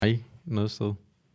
Nej, noget sted.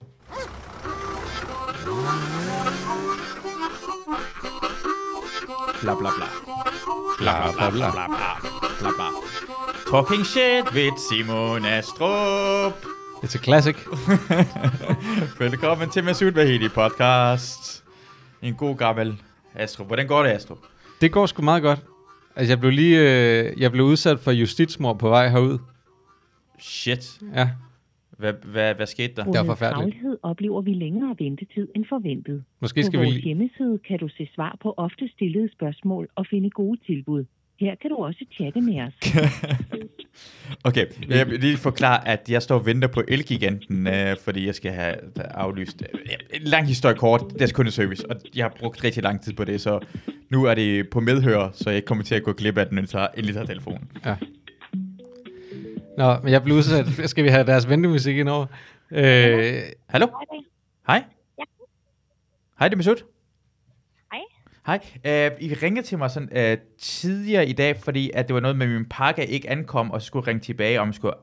Bla bla bla. Bla, bla, bla. Bla bla. Talking shit with Simon Astrup. It's a classic. Velkommen til Masud Vahedi podcast. En god gammel Astrup. Hvordan går det, Astrup? Det går sgu meget godt. Altså, jeg blev udsat for justitsmord på vej herud. Shit. Ja. Hvad skete der? Det var forfærdeligt. Travlhed oplever vi længere ventetid end forventet. Måske På skal vi vores lige... hjemmeside kan du se svar på ofte stillede spørgsmål og finde gode tilbud. Her kan du også chatte med os. Okay, jeg vil lige forklare, at jeg står og venter på Elgiganten, fordi jeg skal have aflyst. En lang historie kort, deres kundeservice, og jeg har brugt rigtig lang tid på det, så nu er det på medhør, så jeg kommer til at gå glip af den, når jeg endelig tager telefonen. Ja. Nå, men jeg blev udsat. Skal vi have deres ventemusik ind over? Hallo? Hej? Ja. Hej, det er Masud. Hej. Hej. I ringede til mig sådan, tidligere i dag, fordi at det var noget med, min pakke ikke ankom, og så skulle ringe tilbage, om jeg skulle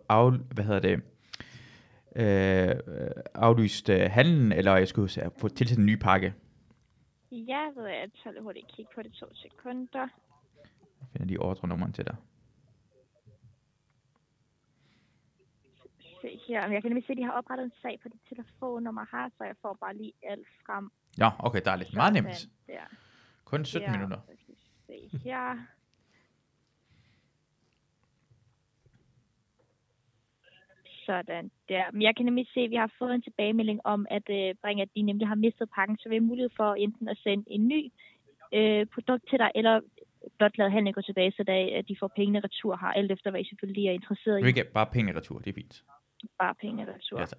aflyst handlen, eller jeg skulle få tilsendt en ny pakke. Ja, ved jeg tager lidt hurtigt kigge på det 2 sekunder. Jeg finder lige ordrenummeren til dig. Se her. Jeg kan nemlig se, at de har oprettet en sag på det telefonnummer her, så jeg får bare lige alt frem. Ja, okay, dejligt. Meget nemt. Der. Kun 17 minutter. Så skal vi se her. Sådan der. Men jeg kan nemlig se, at vi har fået en tilbagemelding om, at at de nemlig har mistet pakken, så vi har mulighed for enten at sende en ny produkt til dig, eller blot lade handlen gå tilbage, så at de får pengene retur her, alt efter hvad I selvfølgelig er interesseret i. Vi kan bare penge retur, det er fint. Bare pengene retur. Ja, tak.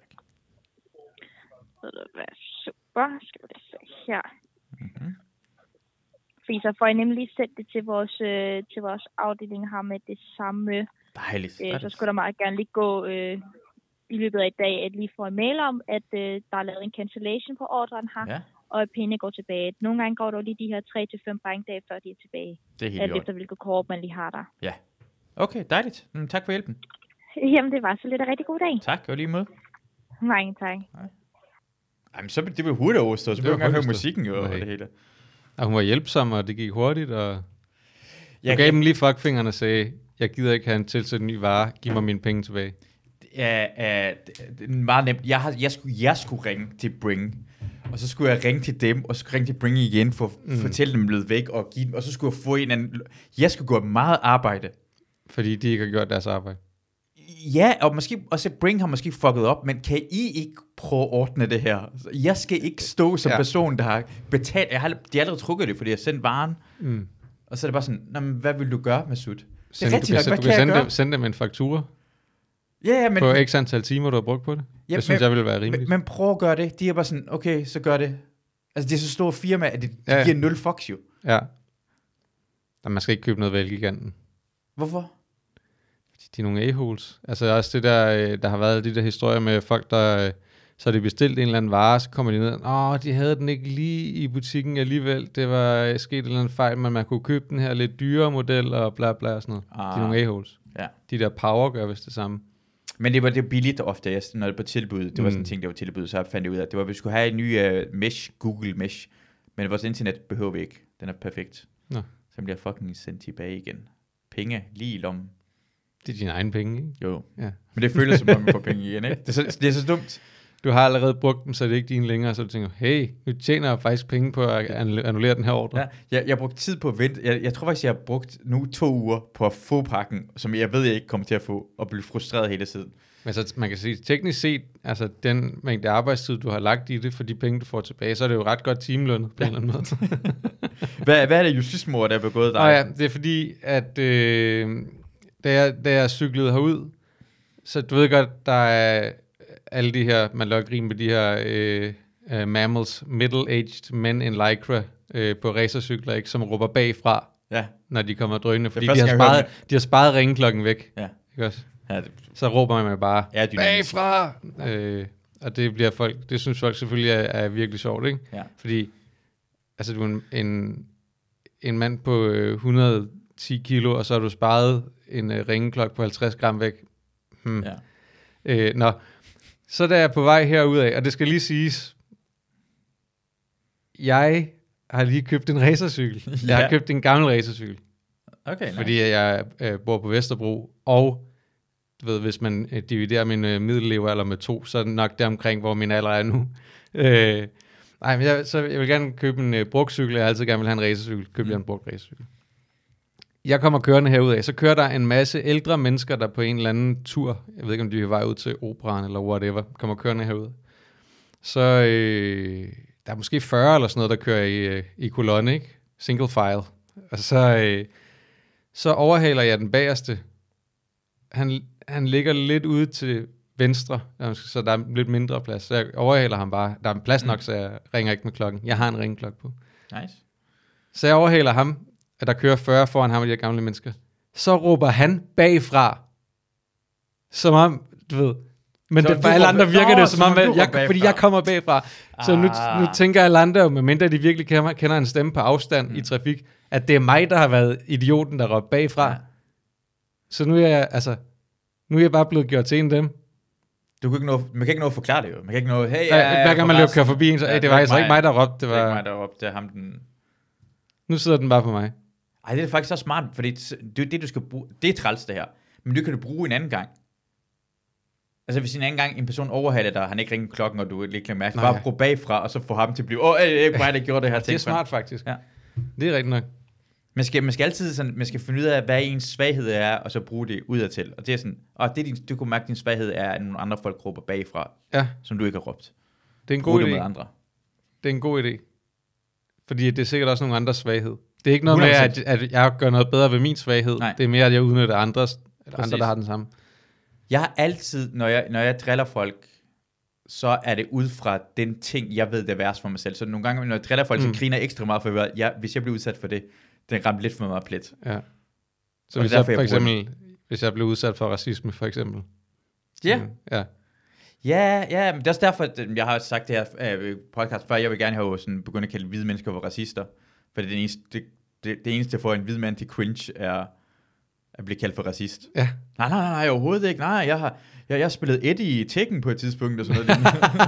Så det være super. Skal vi se her. Mm-hmm. Fordi så får I nemlig sendt det til vores afdeling her med det samme. Dejligt. Så skulle der meget gerne lige gå i løbet af i dag, at lige få en mail om, at der er lavet en cancellation på ordren her, Ja, og at pengene går tilbage. Nogle gange går der lige de her 3-5 bankdage, før de er tilbage. det er helt Alt godt. efter hvilket kort man lige har der. Ja. Okay, dejligt. Tak for hjælpen. Jamen, det var så lidt en rigtig god dag. Tak, og lige måde. Mange tak. Jamen, så det var hurtigt overstået. Så Det var behøver jeg ikke høre hurtigt musikken jo, og Nej. det hele. Og hun var hjælpsom, og det gik hurtigt, og... Jeg gav dem lige fuckfingeren og sagde, jeg gider ikke have en tilsat ny vare, giv mig mine penge tilbage. det er meget nemt. Jeg skulle ringe til Bring, og så skulle jeg ringe til dem, og så skulle jeg ringe til Bring igen, for at fortælle dem, blevet væk, og give dem, og så skulle jeg få en anden... Jeg skulle gå meget arbejde. Fordi de ikke har gjort deres arbejde. Ja, og måske også Bring har måske fucket op, men kan I ikke prøve at ordne det her? Jeg skal ikke stå som person, der har betalt... De har allerede trukket det, fordi jeg sendte varen. Mm. Og så er det bare sådan, hvad vil du gøre, Masud? Det er Du rigtigt nok, hvad kan kan jeg gøre? sende dem en faktura Ja, men... på x antal timer, du har brugt på det. Ja, Det synes jeg ville være rimeligt. Men prøv at gøre det. De er bare sådan, okay, så gør det. Altså, det er så store firma, at det giver 0 fucks jo. Ja. Og man skal ikke købe noget ved Elgiganten. Hvorfor? De er nogle a-holes. Altså også det der har været de der historier med folk, der så har de bestilt en eller anden vare, så kommer de ned, de havde den ikke lige i butikken alligevel. Det var sket en eller anden fejl, men man kunne købe den her lidt dyrere model og bla bla og sådan noget. De er nogle a-holes. Ja. De der Power gør vist det samme. Men det var billigt ofte, når det var tilbud. Det var sådan en ting, der var tilbud, så fandt jeg ud af, at det var, at vi skulle have en ny Mesh, Google Mesh. Men vores internet behøver vi ikke. Den er perfekt. Nå. Så bliver fucking sendt tilbage igen. Penge lige i lommen. Det er dine egne penge, ikke? Jo. Ja. Men det føles som om, man får penge igen, ikke? Det er så dumt. Du har allerede brugt dem, så det er ikke dine længere, så du tænker, hey, nu tjener jeg faktisk penge på at annullere den her ordre. Ja, jeg har brugt tid på at vente. Jeg tror faktisk, jeg har brugt nu 2 uger på at få pakken, som jeg ved, jeg ikke kommer til at få, og blive frustreret hele tiden. Men så man kan sige, teknisk set, altså den mængde arbejdstid, du har lagt i det, for de penge, du får tilbage, så er det jo ret godt timelønnet på en eller anden måde. Hvad er det justitsmord, der er begået dig? Ja, det er fordi, at da jeg cyklede herud, så du ved godt, der er alle de her, man laver grin med de her mammals, middle-aged men in lycra på racercykler, ikke, som råber bagfra, Ja. når de kommer drønende, fordi første, de har sparet ringeklokken væk. Ja. Ikke også? Ja, Så råber man bare, Ja, dynamisk. bagfra! Og det synes folk selvfølgelig er virkelig sjovt, ikke? Ja. Fordi, altså du er en mand på 110 kilo, og så har du sparet en ringeklokke på 50 gram væk. Ja. Så da jeg er på vej herudad, og det skal lige siges, jeg har lige købt en racercykel. Jeg har købt en gammel racercykel. Okay, nice. Fordi jeg bor på Vesterbro, og du ved, hvis man dividerer min middellevealder med 2, så er det nok deromkring, hvor min alder er nu. Men jeg vil gerne købe en brugtcykel. Jeg har altid gerne vil have en racercykel. Køber jeg en brugt racercykel. Jeg kommer kørende herudad. Så kører der en masse ældre mennesker, der på en eller anden tur, jeg ved ikke, om de er vej ud til operan eller whatever, kommer kørende herud. Så der er måske 40 eller sådan noget, der kører i kolonne, ikke? Single file. Og så overhaler jeg den bagerste. Han ligger lidt ude til venstre, så der er lidt mindre plads. Så jeg overhaler ham bare. Der er plads nok, så jeg ringer ikke med klokken. Jeg har en ringeklokke på. Nice. Så jeg overhaler ham, at der kører 40 foran ham og de her gamle mennesker. Så råber han bagfra. Som om, du ved... Men det, for alle andre virker det som om, fordi jeg kommer bagfra. Så nu tænker alle andre jo, medmindre de virkelig kender en stemme på afstand i trafik, at det er mig, der har været idioten, der råber bagfra. Ja. Så nu er jeg bare blevet gjort til en af dem. Man kan ikke nå at forklare det jo. Man kan ikke nå, hey, hver gang man kører forbi en, så det var altså ikke mig, der råbte. Det var ikke mig, der råbte. Det er ham, den... Nu sidder den bare på mig. Ej, det er faktisk så smart, fordi det du skal bruge, det er træls det her. Men det kan du bruge en anden gang. Altså hvis en anden gang en person overhaler dig, han ikke ringer klokken, og du ikke kan mærke, bare gå bagfra, og så få ham til at blive, ikke mig, der gjorde det her. Det er smart faktisk. Ja. Det er rigtigt nok. Man skal altid sådan, man skal finde ud af, hvad ens svaghed er, og så bruge det udadtil. Og det er sådan, du kunne mærke, at din svaghed er, at nogle andre folk råber bagfra, som du ikke har råbt. Det er en god idé. Med andre. Det er en god idé. Fordi det er sikkert også nogle andres svaghed. Det er ikke noget 100%. Med, at jeg gør noget bedre ved min svaghed. Nej. Det er mere, at jeg udnytter andre, der har den samme. Jeg har altid, når jeg driller folk, så er det ud fra den ting, jeg ved, det er værst for mig selv. Så nogle gange, når jeg driller folk, så griner jeg ekstra meget for, hvis jeg bliver udsat for det, den ramte lidt for mig plet. Ja. Så hvis jeg for eksempel, hvis jeg blev udsat for racisme, for eksempel. Ja. Ja, men det er også derfor, at jeg har sagt det her podcast før, jeg vil gerne have sådan, begyndt at kalde hvide mennesker for racister. For det eneste for en hvid mand til cringe er at blive kaldt for racist. Ja. Nej, overhovedet ikke. Nej, jeg har spillet Eddie i Tekken på et tidspunkt og sådan noget.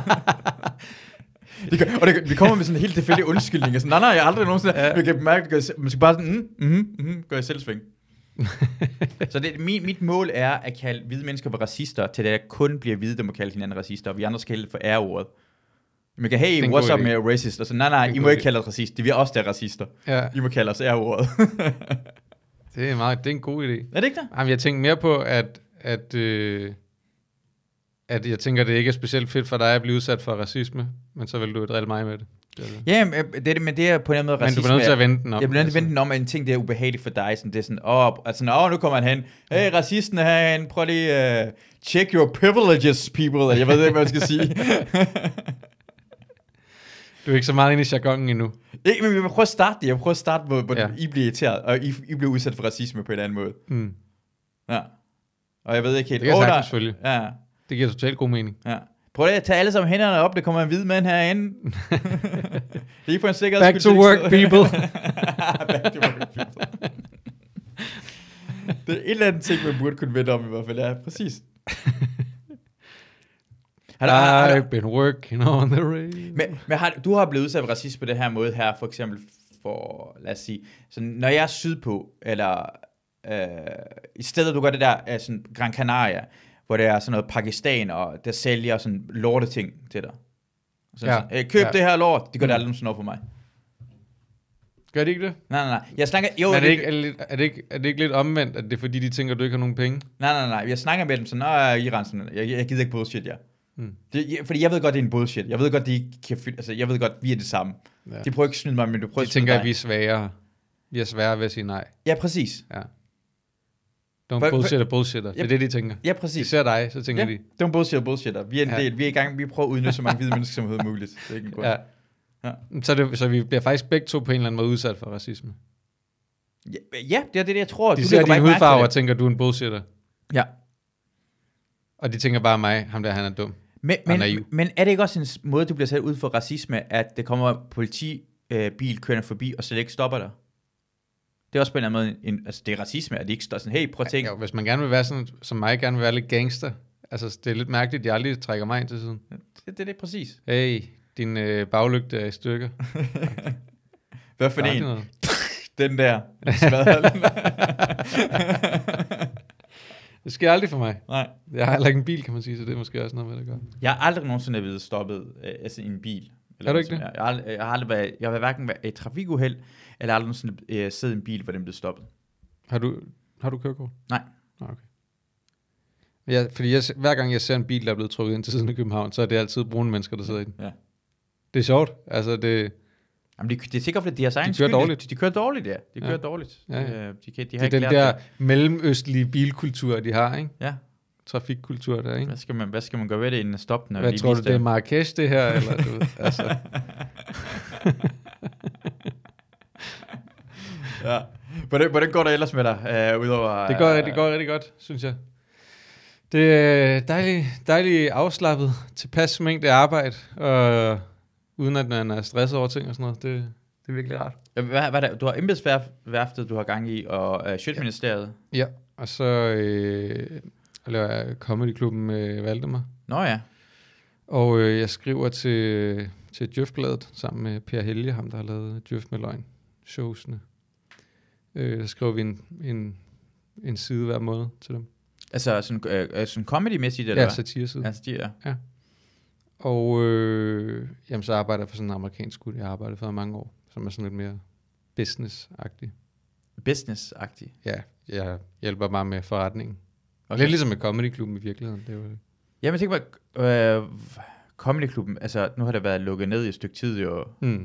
Vi kommer med sådan en helt tilfældig undskyldning. Og sådan, nej, jeg har aldrig nogensinde... Jeg kan mærke, man skal bare sådan, gør jeg selvsving. Så mit mål er at kalde hvide mennesker for racister, til det at kun bliver hvide, der må kalde hinanden racister, og vi andre skal kalde det for æreordet. Man kan, hey, what's up med racist? Og så, nej, I må ikke kalde os racist. Det er også der racister. Ja. I må kalde os æreordet. Det er en god idé. Er det ikke det? Jamen, jeg tænker mere på, at jeg tænker, det ikke er specielt fedt for dig at blive udsat for racisme, men så vil du drille mig med det. Ja, men det er på en måde racisme. Men du bliver nødt til at vende den om. Jeg bliver nødt til at vende den om, at en ting, det er ubehageligt for dig. Sådan, det er sådan, nu kommer han hen. Hey, racisten herhen, prøv lige check your privileges, people. Jeg ved ikke, hvad jeg skal sige. Du er ikke så meget inde i jargonen endnu. Ikke, men vi vil prøve at starte det. Jeg vil prøve at starte, hvor I bliver irriteret, og I bliver udsat for racisme på en anden måde. Mm. Ja. Og jeg ved ikke helt... Det kan sagtens selvfølgelig. Ja. Det giver totalt god mening. Ja. Prøv lige at tage alle sammen hænderne op. Der kommer en hvid mand herinde. Lige for en sikkerheds Back to work, people. Back to work, people. Det er et eller andet ting, man burde kunne vente om i hvert fald. Ja, præcis. I've been working on the rain. Men du har blevet udsat for racisme på den her måde her, for eksempel for, lad os sige, så når jeg er sydpå, eller i stedet du gør det der, sådan Gran Canaria, hvor der er sådan noget Pakistan, og der sælger sådan lorteting til dig. Sådan, køb det her lort, det gør det aldrig sådan noget for mig. Gør det ikke det? Nej. Jeg snakker, jo, er det ikke lidt omvendt, at det er fordi, de tænker, at du ikke har nogen penge? Nej. Jeg snakker med dem sådan, Iran, sådan, jeg gider ikke bullshit, ja. Fordi jeg ved godt, det er en bullshit. Jeg ved godt, de kan jeg ved godt, vi er det samme. Ja. De prøver ikke at snyde mig, men du prøver at snyde mig. De tænker, at vi er svagere. Vi er sværere ved at sige nej. Ja, præcis. Ja. Don't bullshit og bullshitter. Det er det, de tænker. Ja, præcis. De ser dig, så tænker de. Don't bullshit og bullshitter. Vi er en del. Vi er i gang. Vi prøver at udnytte så mange hvide mennesker som overhovedet muligt. Det er ikke en grund. Ja. Så vi bliver faktisk begge to på en eller anden måde udsat for racisme. Ja, det er det, jeg tror. De ser din hudfarve og tænker, du er en bullshitter. Ja. Og de tænker bare mig, ham der, han er dum. Men er det ikke også en måde, du bliver sat ud for racisme, at det kommer en politibil kørende forbi, og slet ikke stopper dig? Det er også på en eller anden måde, det er racisme, at de ikke står sådan, hey, prøv at tænke. Ja, hvis man gerne vil være sådan, som mig, gerne vil være lidt gangster, Altså, det er lidt mærkeligt, at jeg aldrig trækker mig ind til siden. Det er præcis. Hey, din baglygte er i stykker. Hvad for Der er en? ikke noget. Den der. Smadret. Det sker aldrig for mig. Nej. Jeg har heller ikke en bil, kan man sige, så det er måske også noget med, det gør. Jeg har aldrig nogensinde blevet stoppet altså i en bil. Er du ikke det? Jeg har aldrig været, jeg har hverken været i trafikuheld, eller aldrig nogensinde siddet i en bil, hvor den blev stoppet. Har du kørekort? Nej. Okay. Ja, fordi hver gang jeg ser en bil, der er blevet trukket ind til siden af København, så er det altid brune mennesker, der sidder i den. Ja. Det er sjovt. Altså, det... Jamen, det er sikkert, fordi de har sig egen kører skyld. dårligt. De kører dårligt, ja. De kører Ja. dårligt. Ja, ja. De har Det ikke er den lært der det. mellemøstlige bilkultur, de har, ikke? Ja. Trafikkultur der, ikke? Hvad skal man gøre ved det, inden at stoppe den? Hvad tror du, det er Marrakesh, det her? Eller, du ved, altså. Ja. Hvordan går det ellers med dig? Udover, Det går rigtig godt, synes jeg. Det er dejligt afslappet, tilpas mængde arbejde, og uden at man er stresset over ting og sådan noget. Det er virkelig rart. Hvad er det? Du har embedsværftet, du har gang i, og Sjøtministeriet. Ja, og så laver jeg Comedy-klubben med Valdemar. Nå ja. Og jeg skriver til Djøfbladet sammen med Per Helge, ham der har lavet Djøf med løgn showsene. Der skriver vi en side hver måned til dem. Altså sådan comedy-mæssigt, eller Ja, hvad? satireside. Ja, satire. Og jamen, så arbejder jeg for sådan en amerikansk skud, jeg har arbejdet for i mange år, som er sådan lidt mere business-agtig. Business-agtig. Ja, jeg hjælper bare med forretningen. Okay. Lidt ligesom med Comedy-klubben i virkeligheden. Det er jo Jamen, tænk på, Comedy-klubben, altså nu har det været lukket ned i et stykke tid, jo.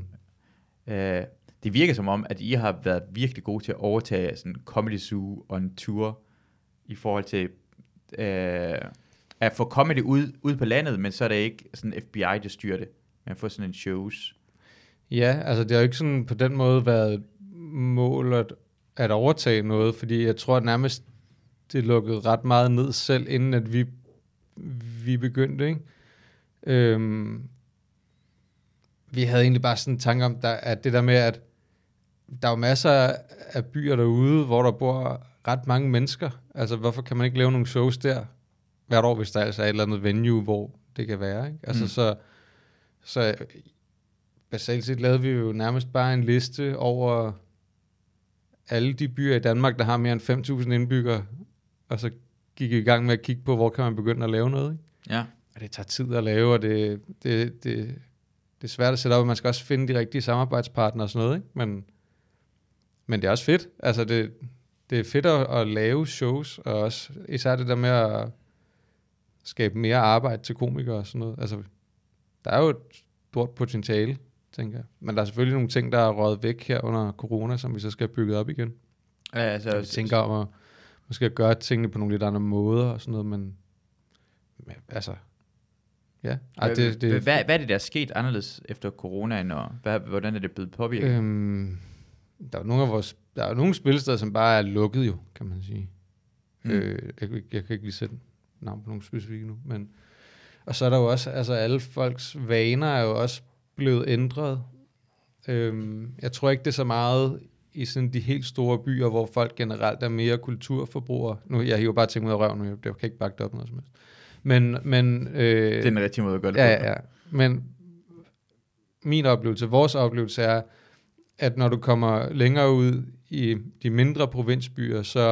Det virker som om, at I har været virkelig gode til at overtage sådan Comedy Zoo on tour, i forhold til at få comedy ud på landet, men så er det ikke sådan FBI, der styrer det. Man får sådan en shows. Ja, altså det har jo ikke sådan på den måde været mål at overtage noget, fordi jeg tror at nærmest det lukkede ret meget ned selv, inden at vi begyndte, ikke? Vi havde egentlig bare sådan en tanke om, at det der med, at der er jo masser af byer derude, hvor der bor ret mange mennesker. Altså, hvorfor kan man ikke lave nogle shows der hvert år, hvis der altså er et eller andet venue, hvor det kan være, ikke? Altså, så basalt set lavede vi jo nærmest bare en liste over alle de byer i Danmark, der har mere end 5.000 indbyggere, og så gik vi i gang med at kigge på, hvor kan man begynde at lave noget, ikke? Ja. Og det tager tid at lave, og det er svært at sætte op, og man skal også finde de rigtige samarbejdspartnere og sådan noget, ikke? Men det er også fedt. Altså, det er fedt at lave shows, og også især det der med at skabe mere arbejde til komikere og sådan noget. Altså, der er jo et stort potentiale, tænker jeg. Men der er selvfølgelig nogle ting, der er røget væk her under corona, som vi så skal have bygget op igen. Altså, Vi tænker om at måske at gøre tingene på nogle lidt andre måder og sådan noget, men altså, ja. Hvad er det, der er sket anderledes efter coronaen, og hvordan er det blevet påvirket? Der er jo nogle spilsteder, som bare er lukket jo, kan man sige. Jeg kan ikke lige sætte navn på nogle specifikke nu, men og så er der jo også, altså alle folks vaner er jo også blevet ændret. Jeg tror ikke, det er så meget i sådan de helt store byer, hvor folk generelt er mere kulturforbrugere. Nu, jeg hiver bare ting ud af røven, jeg kan ikke bakke det op noget som helst. Men det er den rigtige måde at gøre det på. Ja. Men min oplevelse, vores oplevelse er, at når du kommer længere ud i de mindre provinsbyer, så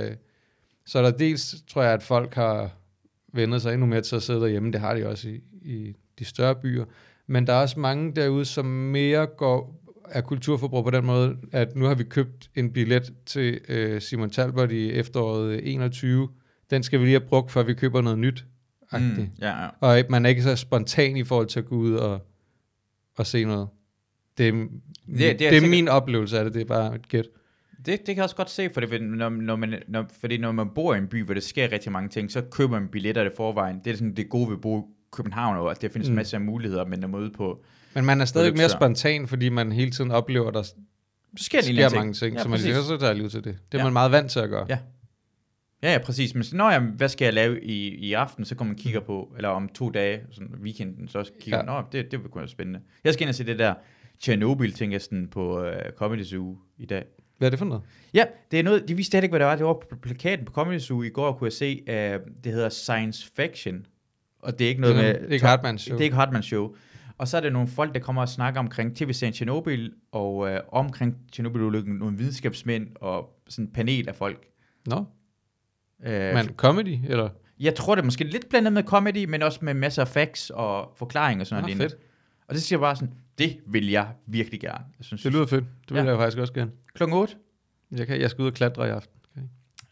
er der dels, tror jeg, at folk har vendet sig endnu mere til at sidde derhjemme. Det har de også i de større byer. Men der er også mange derude, som mere er kulturforbrug på den måde, at nu har vi købt en billet til Simon Talbot i efteråret 21. Den skal vi lige have brugt, før vi køber noget nyt. Ja. Og man er ikke så spontan i forhold til at gå ud og se noget. Det er min oplevelse af det. Det er bare et gæt. Det kan jeg også godt se, fordi når man bor i en by, hvor der sker rigtig mange ting, så køber man billetter i forvejen. Det er sådan det gode ved at bo i København, og at der findes masser af muligheder, men når man er ude på... Men man er stadig mere spontan, fordi man hele tiden oplever, at der sker mange ting, ja, så man siger, så tager liv til det. Det er man meget vant til at gøre. Ja, præcis. Men hvad skal jeg lave i aften? Så kommer man kigger på, eller om 2 dage, sådan weekenden, så kigger man, det vil kunne være spændende. Jeg skal ind og se det der Chernobyl-ting, på Comedy Zoo i dag. Hvad er det for noget? Ja, det er noget, de vidste ikke, hvad det var. Det var på plakaten på Comedy Zoo i går, kunne jeg se, det hedder Science Fiction. Og det er ikke noget Det er med... ikke Hartmanns show. Det er ikke Hartmanns show. Og så er det nogle folk, der kommer og snakker omkring tv-serien Chernobyl, og omkring Chernobyl-ulykken, nogle videnskabsmænd og sådan et panel af folk. Nå. Men comedy, eller? Jeg tror, det er måske lidt blandet med comedy, men også med masser af facts og forklaringer og sådan noget. Fedt. Og det siger bare sådan, det vil jeg virkelig gerne. Jeg synes, Det lyder fedt. Det vil jeg faktisk også gerne. Klokken 8. Jeg skal ud og klatre i aften. Okay.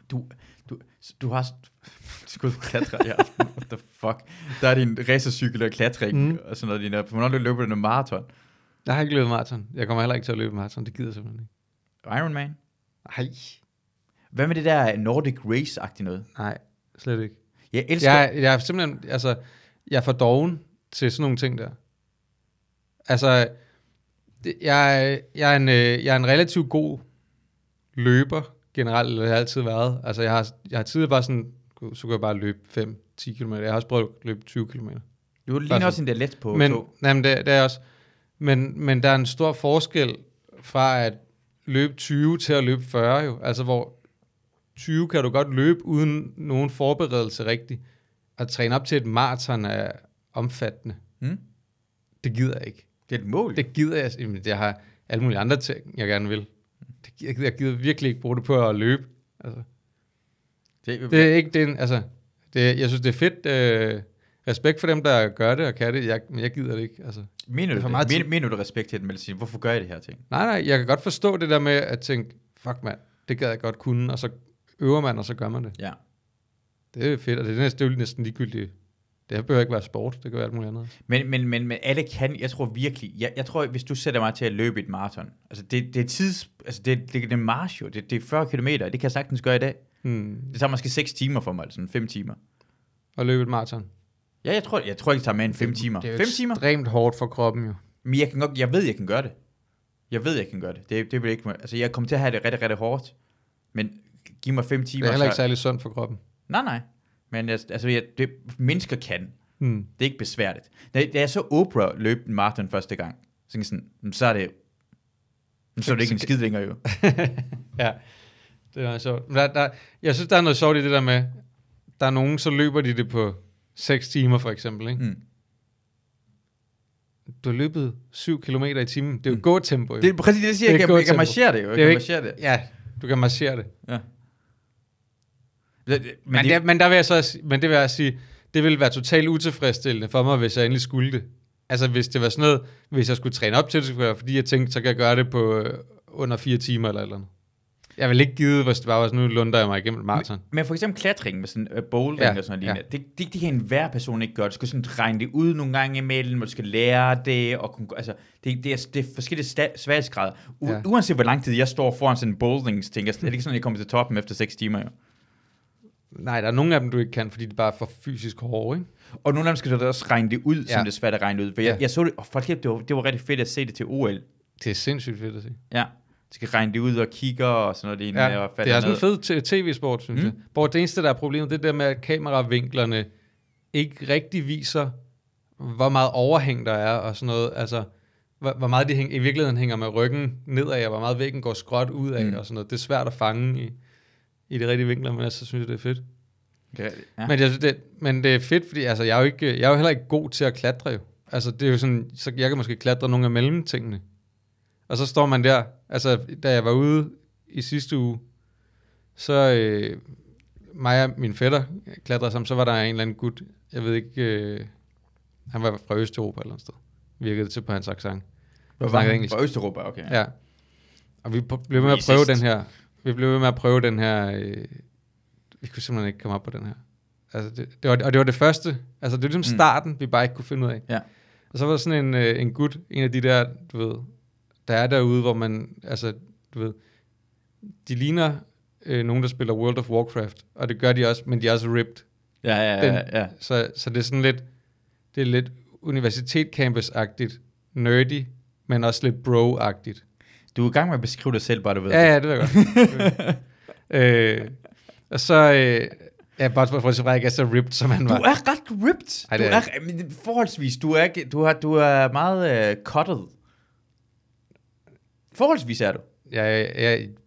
Du har... Du skal ud og klatre i aften. What the fuck? Der er din racercykel og klatring og sådan noget. Hvornår du løber en maraton? Jeg har ikke løbet maraton. Jeg kommer heller ikke til at løbe maraton. Det gider jeg simpelthen ikke. Ironman? Nej. Hvad med det der Nordic Race-agtigt noget? Nej, slet ikke. Jeg elsker... Jeg er simpelthen... Altså, jeg er for doven til sådan nogle ting der. Altså, jeg er en relativt god løber generelt, eller det har altid været. Altså, jeg har tidligere bare sådan, så kan jeg bare løbe 5-10 km. Jeg har også prøvet at løbe 20 km. Du ligner også en der let på tog. Men det er også... Men der er en stor forskel fra at løbe 20 til at løbe 40 jo. Altså, hvor 20 kan du godt løbe uden nogen forberedelse rigtigt. At træne op til et maraton er omfattende. Det gider jeg ikke. Det er et mål. Det gider jeg. Jamen, jeg har alle mulige andre ting, jeg gerne vil. Jeg gider virkelig ikke bruge det på at løbe. Altså. Det er ikke det. Altså, jeg synes, det er fedt. Respekt for dem, der gør det og kan det. Men jeg gider det ikke. Altså, mener du respekt til den medicin? Hvorfor gør jeg det her ting? Nej. Jeg kan godt forstå det der med at tænke, fuck mand, det gad jeg godt kunne. Og så øver man, og så gør man det. Ja. Det er fedt, og det er jo næsten ligegyldigt. Det behøver ikke være sport, det kan være alt muligt andet. Men alle kan, jeg tror virkelig, jeg tror, hvis du sætter mig til at løbe et maraton, altså det er march jo, det er 40 kilometer, det kan jeg sagtens gøre i dag. Det tager måske 6 timer for mig, altså 5 timer. Og løbe et maraton? Ja, jeg tror ikke, det tager mere end 5 timer. Det er jo ekstremt hårdt for kroppen jo. Men jeg ved, jeg kan gøre det. Det vil ikke, altså jeg kommer til at have det rigtig, rigtig hårdt, men giv mig 5 timer. Det er heller ikke særlig sundt for kroppen. Nej. Men det mennesker kan. Det er ikke besværligt. Da jeg så Oprah løbe en maraton første gang, så er det ikke en skid længere jo. Ja, det er sjovt. Jeg synes, der er noget sjovt i det der med, der er nogen, så løber de det på 6 timer for eksempel, ikke? Du har løbet 7 kilometer i timen. Det er jo gåtempo. Jo. Det er præcis det, jeg siger. Jeg kan marchere det jo. Ja, du kan marchere det. Ja. Men det vil jeg sige, det ville være totalt utilfredsstillende for mig, hvis jeg endelig skulle det. Altså hvis det var sådan noget, hvis jeg skulle træne op til det, skulle være, fordi jeg tænkte, så kan jeg gøre det på under 4 timer eller andet. Jeg vil ikke give, hvis det bare var sådan, nu lunder jeg mig igennem maraton. Men for eksempel klatring med sådan bouldering og sådan noget lignende, det kan enhver person ikke gøre. Du skal sådan regne det ud nogle gange imellem, og du skal lære det, og altså, det er forskellige sværhedsgrader. Uanset hvor lang tid jeg står foran sådan en bouldering-ting, er det ikke sådan, at jeg kommer til toppen efter 6 timer, jo? Nej, der er nogle af dem, du ikke kan, fordi de bare er for fysisk hårde, ikke? Og nogle af dem skal du også regne det ud, som det er svært at regne ud. For jeg så det, og folk, det var rigtig fedt at se det til OL. Det er sindssygt fedt at se. Ja, du skal regne det ud og kigge og sådan noget. Det er sådan en fed tv-sport, synes jeg. Hvor det eneste, der er problemet, det er det med, at kameravinklerne ikke rigtig viser, hvor meget overhæng der er og sådan noget. Altså, hvor meget de i virkeligheden hænger med ryggen nedad, og hvor meget væggen går skråt ud af og sådan noget. Det er svært at fange i de rigtige vinkler, men altså, synes jeg, det er fedt. Ja. Men det er fedt, fordi altså, jeg er jo heller ikke god til at klatre jo. Altså, det er jo sådan, så jeg kan måske klatre nogle af mellemtingene. Og så står man der, altså, da jeg var ude i sidste uge, så mig og min fætter klatrede sammen, så var der en eller anden gut, jeg ved ikke, han var fra Østeuropa eller noget sted. Virkede til på hans accent. Fra Østeuropa, okay. Ja. Og vi blev med at prøve den her. Vi kunne simpelthen ikke komme op på den her. Altså det var det første. Altså det var ligesom starten, vi bare ikke kunne finde ud af. Ja. Og så var der sådan en gut, en af de der, du ved, der er derude, hvor man, altså, du ved, de ligner nogen, der spiller World of Warcraft, og det gør de også, men de er også ripped. Ja. Så det er sådan lidt, det er lidt universitet-campus-agtigt, nerdy, men også lidt bro-agtigt. Du er i gang med at beskrive dig selv, bare du ved. Ja, det ved jeg godt. Og så, bare for at sige, at jeg ikke er så ripped, som han var. Du er ret ripped. Ej, du er forholdsvis. Du er meget cuttet. Forholdsvis er du.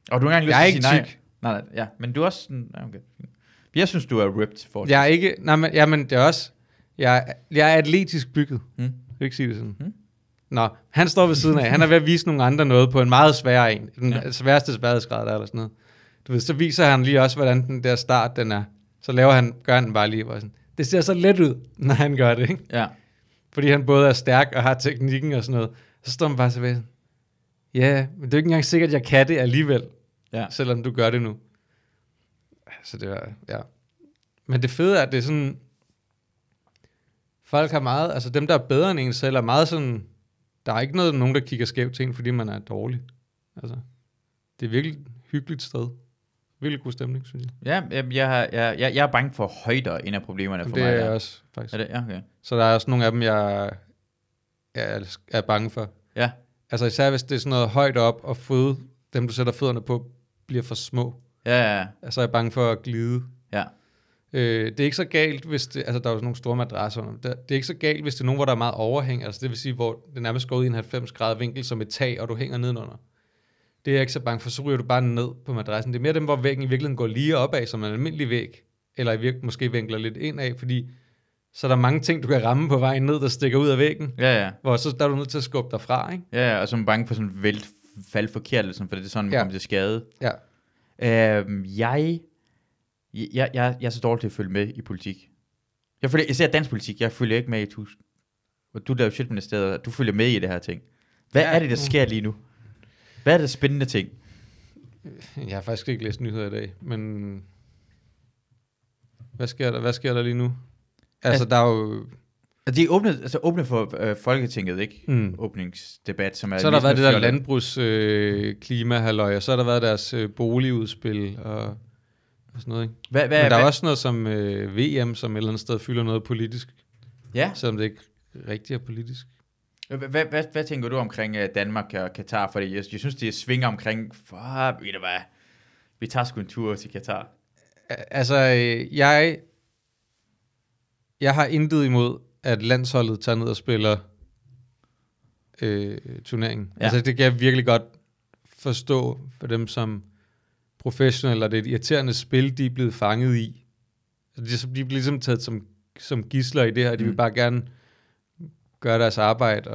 Og du har ikke Jeg er lyst til at ikke sige nej. Nej, ja, men du er også sådan, okay. Jeg synes, du er ripped for Jeg er ikke... Nej, men, jamen, det er også... Jeg er atletisk bygget. Hmm. Jeg vil ikke sige det sådan. Hmm. Nå, han står ved siden af. Han er ved at vise nogle andre noget på en meget svær en. Den sværeste sværhedsgrad, der eller sådan noget. Du ved, så viser han lige også, hvordan den der start, den er. Så gør han den bare lige. Sådan. Det ser så let ud, når han gør det, ikke? Ja. Fordi han både er stærk og har teknikken og sådan noget. Så står man bare så ved. Ja, men det er ikke engang sikkert, at jeg kan det alligevel. Ja. Selvom du gør det nu. Så det var... Ja. Men det fede er, at det er sådan... Folk har meget... Altså dem, der er bedre end en selv, er meget sådan... Der er ikke nogen, der kigger skævt til en, fordi man er dårlig. Altså, det er virkelig et hyggeligt sted. Virkelig god stemning, synes jeg. Ja, jeg er bange for højder, en af problemerne for mig. Det er der. jeg også, faktisk. Er det? Ja, okay. Så der er også nogle af dem, jeg er bange for. Ja. Altså især hvis det er sådan noget højt op, og dem, du sætter fødderne på, bliver for små. Ja. Altså er jeg bange for at glide. Ja. Det er ikke så galt, hvis det... Altså, der er jo sådan nogle store madrasser. Det er ikke så galt, hvis det er nogen, hvor der er meget overhæng. Altså, det vil sige, hvor det nærmest går ud i en 90-grader vinkel som et tag, og du hænger nedenunder. Det er jeg ikke så bange for, så ryger du bare ned på madrassen. Det er mere dem, hvor væggen i virkeligheden går lige opad, som en almindelig væg. Eller måske vinkler lidt indad, fordi så er der mange ting, du kan ramme på vejen ned, der stikker ud af væggen. Ja. Hvor så der er du nødt til at skubbe dig fra, ikke? Ja, og så er man bange for sådan fald forkert, eller sådan, for det er sådan, man kommer til skade. Ja. Jeg er så dårlig til at følge med i politik. Jeg ser dansk politik, jeg følger ikke med i tusind. Og du laver Sjælministeriet, du følger med i det her ting. Hvad er det, der sker lige nu? Hvad er det spændende ting? Jeg har faktisk ikke læst nyheder i dag, men hvad sker der lige nu? Altså, der er jo... De er åbne for Folketinget, ikke? Åbningsdebat, som er... Så har der været det der landbrugsklimahalløj, og så har der været deres boligudspil og sådan noget, ikke? Men der er også noget som VM, som et eller andet sted fylder noget politisk. Ja. Selvom det ikke rigtig er politisk. Hvad tænker du omkring Danmark og Katar? Fordi jeg synes, det svinger omkring... ved du hvad? Vi tager sgu en tur til Katar. Altså, jeg har intet imod, at landsholdet tager ned og spiller turneringen. Ja. Altså, det kan jeg virkelig godt forstå for dem som professionelle, og det er et irriterende spil, de er blevet fanget i. Altså, de bliver ligesom taget som gidsler i det her. De vil bare gerne gøre deres arbejde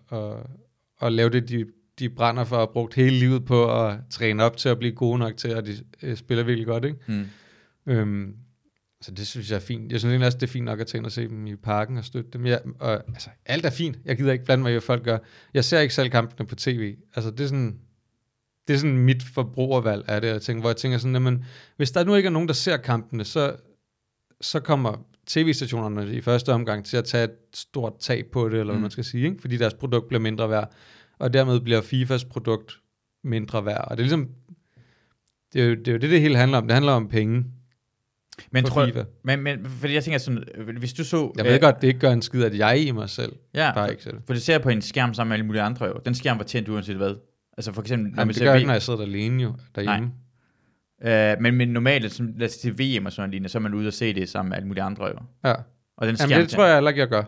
og lave det, de brænder for, og har brugt hele livet på at træne op til at blive gode nok til, og de spiller virkelig godt, ikke? Så det synes jeg er fint. Jeg synes egentlig også, det er fint nok at tage ind og se dem i parken og støtte dem. Altså, alt er fint. Jeg gider ikke blande mig i, hvad folk gør. Jeg ser ikke selv kampene på tv. Altså, det er sådan mit forbrugervalg af det, hvor jeg tænker sådan, jamen, hvis der nu ikke er nogen, der ser kampene, så kommer tv-stationerne i første omgang til at tage et stort tab på det, eller hvad man skal sige, ikke? Fordi deres produkt bliver mindre værd, og dermed bliver FIFAs produkt mindre værd. Og det er ligesom, det er jo det hele handler om. Det handler om penge. Men fordi jeg tænker sådan, hvis du så... Jeg ved godt, det ikke gør en skid, at jeg i mig selv bare ikke selv. For det ser på en skærm sammen med alle mulige andre jo. Den skærm var tændt uanset hvad. Altså for eksempel... Jamen, det gør ikke, når jeg sidder alene jo, derhjemme. Men normalt, lad os til VM og sådan lignende, så er man ude og se det sammen med alle mulige andre jo. Ja. Og den Jamen, det tror jeg heller ikke, jeg gør.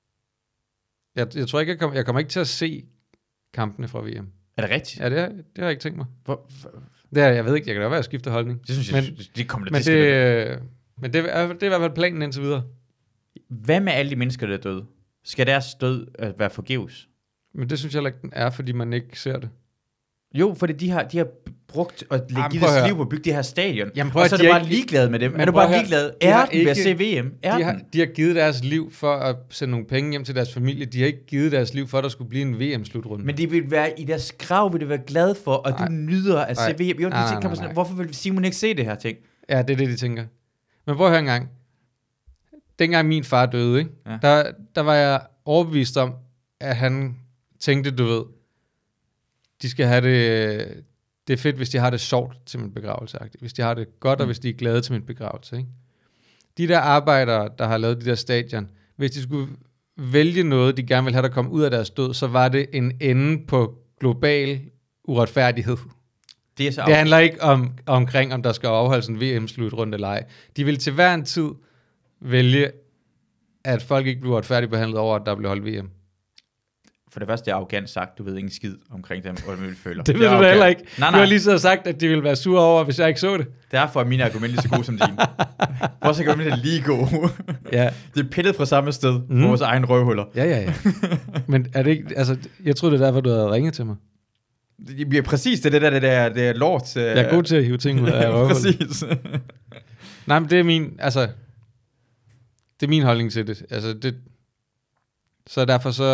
Jeg tror ikke, jeg kommer ikke til at se kampene fra VM. Er det rigtigt? Ja, det har jeg ikke tænkt mig. Jeg ved ikke, jeg kan da være, at jeg skifter holdning. Det synes jeg, det kommer der til. Men det er i hvert fald planen indtil videre. Hvad med alle de mennesker, der er døde? Skal deres død være forgæves? Men det synes jeg heller ikke, den er, fordi man ikke ser det. Jo, fordi de har brugt og givet deres liv på at bygge det her stadion. Jamen, og så er du bare ligeglad med dem. Er du bare ligeglad? Er den ved at se VM? De har givet deres liv for at sende nogle penge hjem til deres familie. De har ikke givet deres liv for, at der skulle blive en VM-slutrunde. Men de vil være i deres grav, vil du være glad for, og du nyder at se VM. Jo, nej. Hvorfor vil Simon ikke se det her ting? Ja, det er det, de tænker. Men prøv at høre en gang. Dengang min far døde, ikke? Ja. Der var jeg overbevist om, at han tænkte, du ved, de skal have det er fedt, hvis de har det sjovt til min begravelse. Hvis de har det godt, og hvis de er glade til min begravelse. Ikke? De der arbejdere, der har lavet de der stadion, hvis de skulle vælge noget, de gerne ville have, der kom ud af deres død, så var det en ende på global uretfærdighed. Det handler ikke omkring, om der skal afholdes en VM-slutrunde eller ej. De vil til hver en tid vælge, at folk ikke bliver uretfærdigt behandlet over, at der bliver holdt VM. for det første er arrogant sagt, du ved ingen skid omkring dem, og hvad vi føler. Det ved du da heller ikke. Nej. Du har lige så sagt, at de ville være sure over, hvis jeg ikke så det. Derfor er mine argumenter så gode som dine. Vores argumenter er lige gode. Ja. Det er pillet fra samme sted, på vores egen røvhuller. Ja. Men er det ikke, altså, jeg troede, det er derfor, du havde ringet til mig. Ja, præcis, det er lort. Jeg er god til at hive ting ud af røvhullet. Præcis. Nej, men det er min, altså, det er min holdning til det. Altså, så derfor så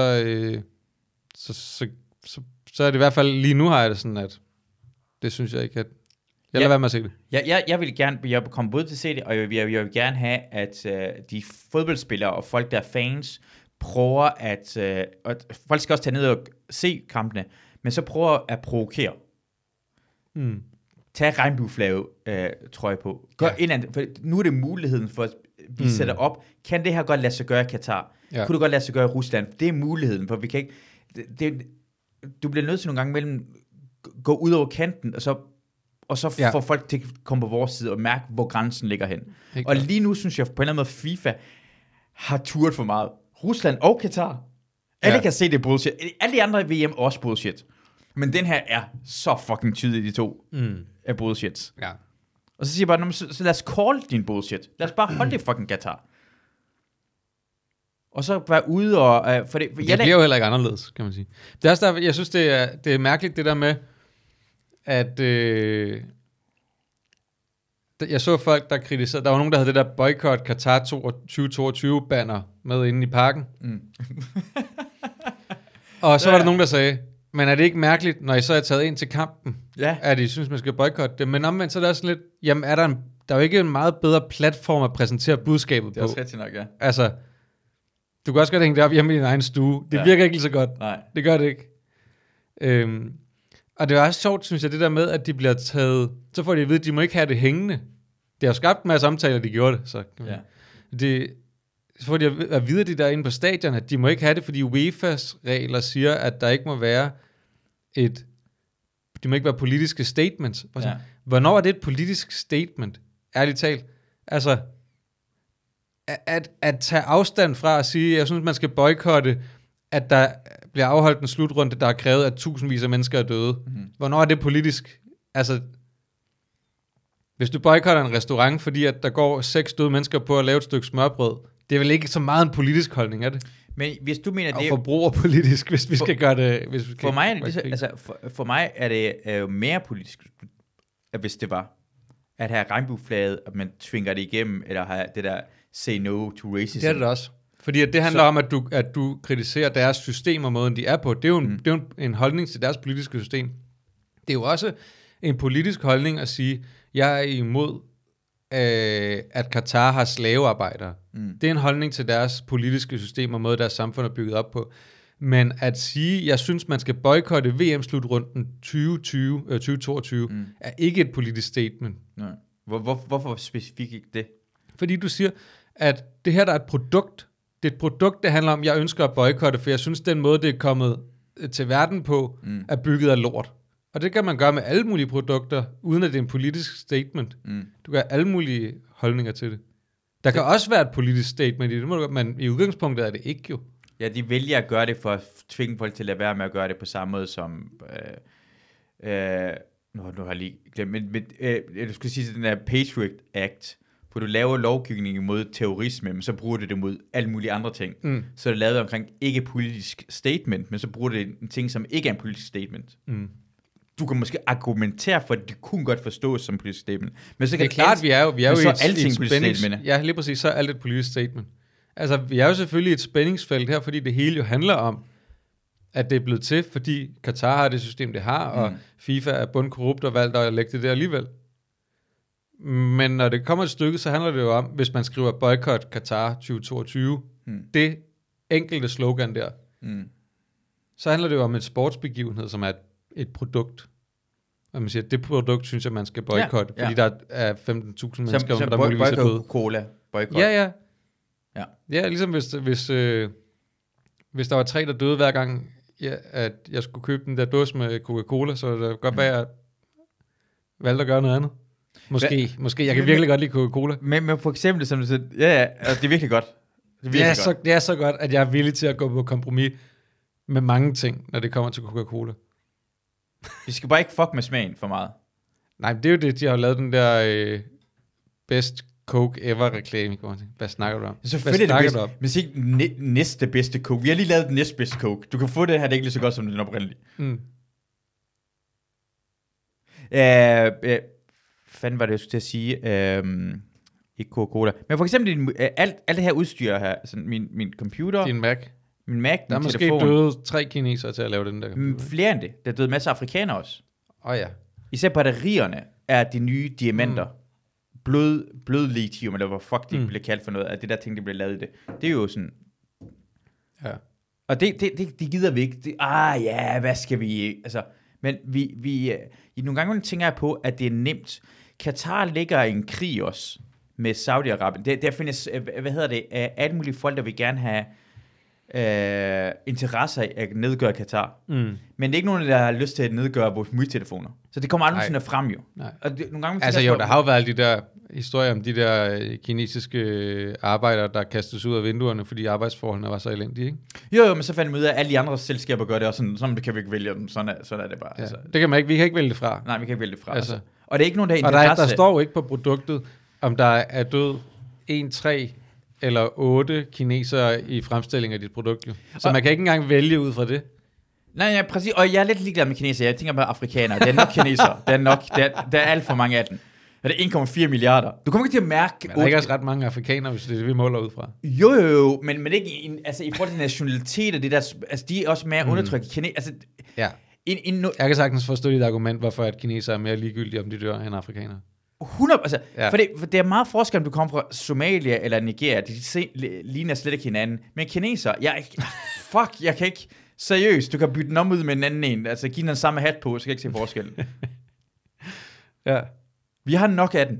er det i hvert fald, lige nu har jeg det sådan, at det synes jeg ikke, at jeg lader være med at se det. Jeg vil gerne, jeg kommer både til at se det, og jeg vil gerne have, at de fodboldspillere og folk, der er fans, prøver at, og folk skal også tage ned og se kampene, men så prøver at provokere. Tag regnbueflaget trøje på. Gør indad, for nu er det muligheden for, at vi sætter op. Kan det her godt lade sig gøre i Katar? Ja. Kunne det godt lade sig gøre i Rusland? Det er muligheden, for vi kan ikke... du bliver nødt til nogle gange mellem gå ud over kanten, og så får folk til at komme på vores side og mærke, hvor grænsen ligger hen. Ikke og lige nu synes jeg på en eller anden måde, FIFA har turet for meget. Rusland og Katar. Alle kan se, det er bullshit. Alle de andre VM er også bullshit. Men den her er så fucking tydelig, de to er bullshit. Ja. Og så siger jeg bare, så lad os call din bullshit. Lad os bare holde det fucking Katar. Og så være ude og... for det bliver jo heller ikke anderledes, kan man sige. Det er også der, jeg synes, det er mærkeligt, det der med, at... jeg så folk, der kritiserede... Der var nogen, der havde det der boycott Qatar 2022-banner med inde i parken. Og så var der nogen, der sagde, men er det ikke mærkeligt, når I så er taget ind til kampen, at I synes, man skal boykotte det? Men omvendt, så er der sådan lidt... Jamen, der er jo ikke en meget bedre platform at præsentere budskabet på. Det er også rigtigt nok, ja. Altså... Du kan også godt hænge det op hjemme i din egen stue. Det virker ikke lige så godt. Nej. Det gør det ikke. Og det er også sjovt, synes jeg, det der med, at de bliver taget... Så får de at vide, at de må ikke have det hængende. Det har jo skabt en masse samtaler, de gjorde det. Så så får de at vide, de der inde på stadion, at de må ikke have det, fordi UEFA's regler siger, at der ikke må være de må ikke være politiske statements. Ja. Hvornår er det et politisk statement? Ærligt talt. Altså... At tage afstand fra at sige, jeg synes, man skal boykotte, at der bliver afholdt en slutrunde, der har krævet, at tusindvis af mennesker er døde. Hvornår er det politisk? Altså, hvis du boykotter en restaurant, fordi at der går 6 døde mennesker på at lave et stykke smørbrød, det er vel ikke så meget en politisk holdning, er det? Men hvis du mener det... Og forbrugerpolitisk, hvis vi skal gøre det... Hvis vi for mig er det, for mig er det jo mere politisk, hvis det var, at have regnbueflaget, at man tvinger det igennem, eller have det der... say no to racism. Det er det også. Fordi at det handler om, at du kritiserer deres system og måden, de er på. Det er jo en holdning til deres politiske system. Det er jo også en politisk holdning at sige, jeg er imod, at Katar har slavearbejdere. Det er en holdning til deres politiske system og måde, deres samfund er bygget op på. Men at sige, jeg synes, man skal boykotte VM-slutrunden 2022, er ikke et politisk statement. Nej. Hvorfor specifikt ikke det? Fordi du siger, at det her der er et produkt. Det er et produkt, det handler om, jeg ønsker at boykotte, for jeg synes, den måde, det er kommet til verden på, er bygget af lort. Og det kan man gøre med alle mulige produkter, uden at det er en politisk statement. Du kan have alle mulige holdninger til det. Der kan også være et politisk statement i det, men i udgangspunktet er det ikke jo. Ja, de vælger at gøre det for at tvinge folk til at lade være med at gøre det på samme måde som... nu har jeg lige glemt, men du skulle sige den der Patriot Act, hvor du laver lovgivning mod terrorisme, men så bruger du det mod alle mulige andre ting. Så er det lavet omkring ikke politisk statement, men så bruger du det en ting, som ikke er en politisk statement. Du kan måske argumentere for, at det kunne godt forstås som politisk statement. Men så kan det er klart, vi er jo i et spændings... Ja, lige præcis, så er alt et politisk statement. Altså, vi er jo selvfølgelig i et spændingsfelt her, fordi det hele jo handler om, at det er blevet til, fordi Katar har det system, det har, og FIFA er bundkorrupt og valgt at lægge det der alligevel. Men når det kommer et stykke, så handler det jo om, hvis man skriver boycott Qatar 2022, det enkelte slogan der, så handler det jo om et sportsbegivenhed, som er et produkt. Og man siger, at det produkt synes jeg, man skal boykotte, fordi der er 15.000 mennesker, der muligvis er døde. Cola boycott. Ja, ligesom hvis der var 3, der døde hver gang, at jeg skulle købe den der dåse med Coca-Cola, så det godt være, at jeg valgte at gøre noget andet. Måske. Jeg kan virkelig godt lide Coca-Cola. Men for eksempel, som du siger, altså, det er virkelig godt. Det er så godt, at jeg er villig til at gå på kompromis med mange ting, når det kommer til Coca-Cola. Vi skal bare ikke fuck med smagen for meget. Nej, men det er jo det, de har lavet den der best Coke ever reklame. Hvad snakker du om? Selvfølgelig er det bedste, men sig næste bedste Coke. Vi har lige lavet den næste bedste Coke. Du kan få det her, det er ikke lige så godt som den oprindelige. Fanden var det, jeg skulle til at sige? Ikke Coca-Cola. Men for eksempel alt det her udstyr her, sådan min computer. Din Mac. Min Mac, der er min måske telefon. døde 3 kinesere til at lave den der computer. Flere end det. Der er døde masser af afrikanere også. Ja. Især batterierne er de nye diamanter. Blød lithium, eller hvad fuck de bliver kaldt for noget, af det der ting, der bliver lavet i det. Det er jo sådan... Ja. Og det gider vi ikke. Hvad skal vi... Altså, men vi nogle gange tænker jeg på, at det er nemt. Katar ligger i en krig også med Saudi-Arabien. Der findes, alle mulige folk, der vil gerne have interesser i at nedgøre Katar. Men det er ikke nogen, der har lyst til at nedgøre vores mobiltelefoner. Så det kommer aldrig sådan frem jo. Nej. Og nogle gange altså jo, der har jo været de der historier om de der kinesiske arbejdere, der kastes ud af vinduerne, fordi arbejdsforholdene var så elendige, ikke? Jo, men så fandt vi ud af, at alle de andre selskaber gør det, og sådan kan vi ikke vælge dem. Sådan er det bare. Ja, altså. Det kan man ikke. Vi kan ikke vælge det fra. Nej, vi kan ikke vælge det fra. Altså. Og det er ikke nogen, der har interesse. Og der står jo ikke på produktet, om der er død 1, 3 eller 8 kinesere i fremstilling af dit produkt. Jo. Så man kan ikke engang vælge ud fra det. Nej, ja, præcis. Og jeg er lidt ligeglad med kinesere. Jeg tænker på afrikanere. Det er nok kinesere. Der er alt for mange af dem. Og det er 1,4 milliarder. Du kommer ikke til at mærke... Men der er ikke også ret mange afrikanere, hvis det er det, vi måler ud fra. Jo, men ikke i forhold til nationalitet og det der... Altså, de er også mere undertrykt kinesere. Altså, ja. Jeg kan sagtens forstå dit argument, hvorfor at kinesere er mere ligegyldige, om de dør, end afrikanere. 100%. Altså, for det er meget forskel, om du kommer fra Somalia eller Nigeria. De ligner slet ikke hinanden. Men kinesere... jeg kan ikke... Seriøst, du kan bytte den om ud med en anden en. Altså, give den samme hat på, så kan jeg ikke se forskel. Ja. Vi har nok af den.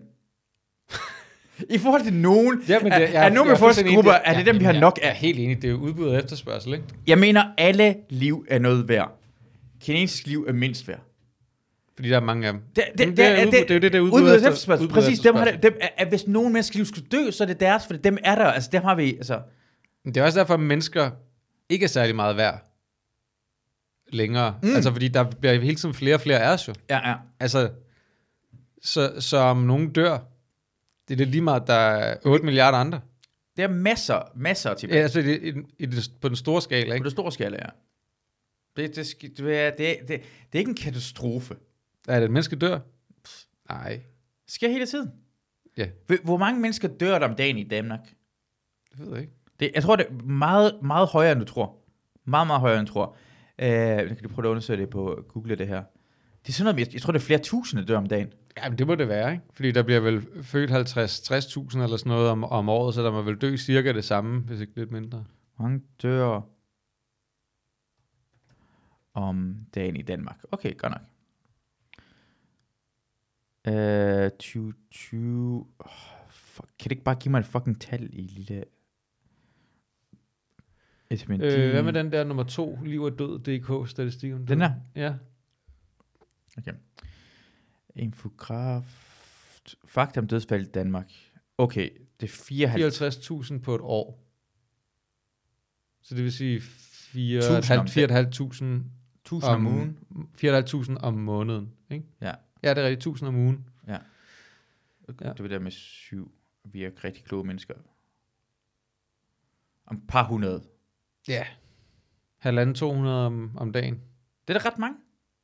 I forhold til nogen... er nogen med folksgrupper, er det dem, vi har nok af? Jeg er helt enig, det er jo udbud og efterspørgsel, ikke? Jeg mener, alle liv er noget værd. Kinesisk liv er mindst værd. Fordi der er mange af dem. Det er jo det, der udbud og efterspørgsel. Præcis, hvis nogen menneskers liv skulle dø, så er det deres, for dem er der. Altså, dem har vi... Altså. Det er også derfor, at mennesker ikke er særlig meget værd længere. Altså, fordi der bliver hele tiden flere og flere af os jo. Ja. Altså, så om nogen dør, det er lige meget, der er 8 milliarder andre. Det er masser tilbage. Ja, altså på den store skala, ikke? På den store skala, ja. Det er ikke en katastrofe. Er det et menneske dør? Nej. Det sker hele tiden. Ja. Hvor mange mennesker dør der om dagen i Danmark? Det ved jeg ikke. Jeg tror, det er meget, meget højere, end du tror. Meget, meget højere, end du tror. Jeg kan lige prøve at undersøge det på Google det her. Det er sådan noget, jeg tror, det er flere tusinde dør om dagen. Jamen, det må det være, ikke? Fordi der bliver vel født 50-60.000 eller sådan noget om året, så der må vel dø cirka det samme, hvis ikke lidt mindre. Mange dør om dagen i Danmark. Okay, godt nok. 2020... kan det ikke bare give mig et fucking tal i lille... Hvad med den der nummer 2, liv og død, DK-statistikken? Den der? Ja. Okay. Infograf... Fakta om dødsfald i Danmark. Okay, det er 54.000 på et år. Så det vil sige 4.500 om ugen. 4.500 om måneden, ikke? Ja. Ja, det er rigtigt. 1.000 om ugen. Ja. Det var der med 7. Vi er rigtig kloge mennesker. Om et par hundrede. Ja. 1.500-200 om dagen. Det er da ret mange.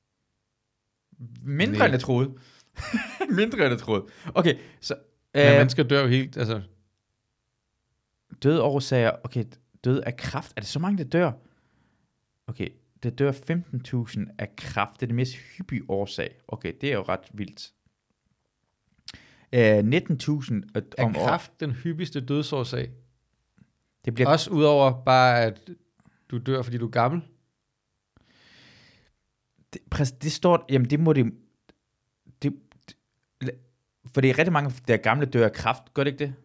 Mindre end jeg troede. Mindre end jeg troede. Okay, så... Men mennesker dør jo helt, altså... Døde årsager... Okay, døde af kræft. Er det så mange, der dør? Okay, der dør 15.000 af kræft. Det er det mest hyppige årsag. Okay, det er jo ret vildt. 19.000 om er kræft den hyppigste dødsårsag? Det bliver... Også udover bare, at du dør, fordi du er gammel? Det står... Jamen, det må det... For det er rigtig mange, der gamle dør af kræft. Gør det ikke det?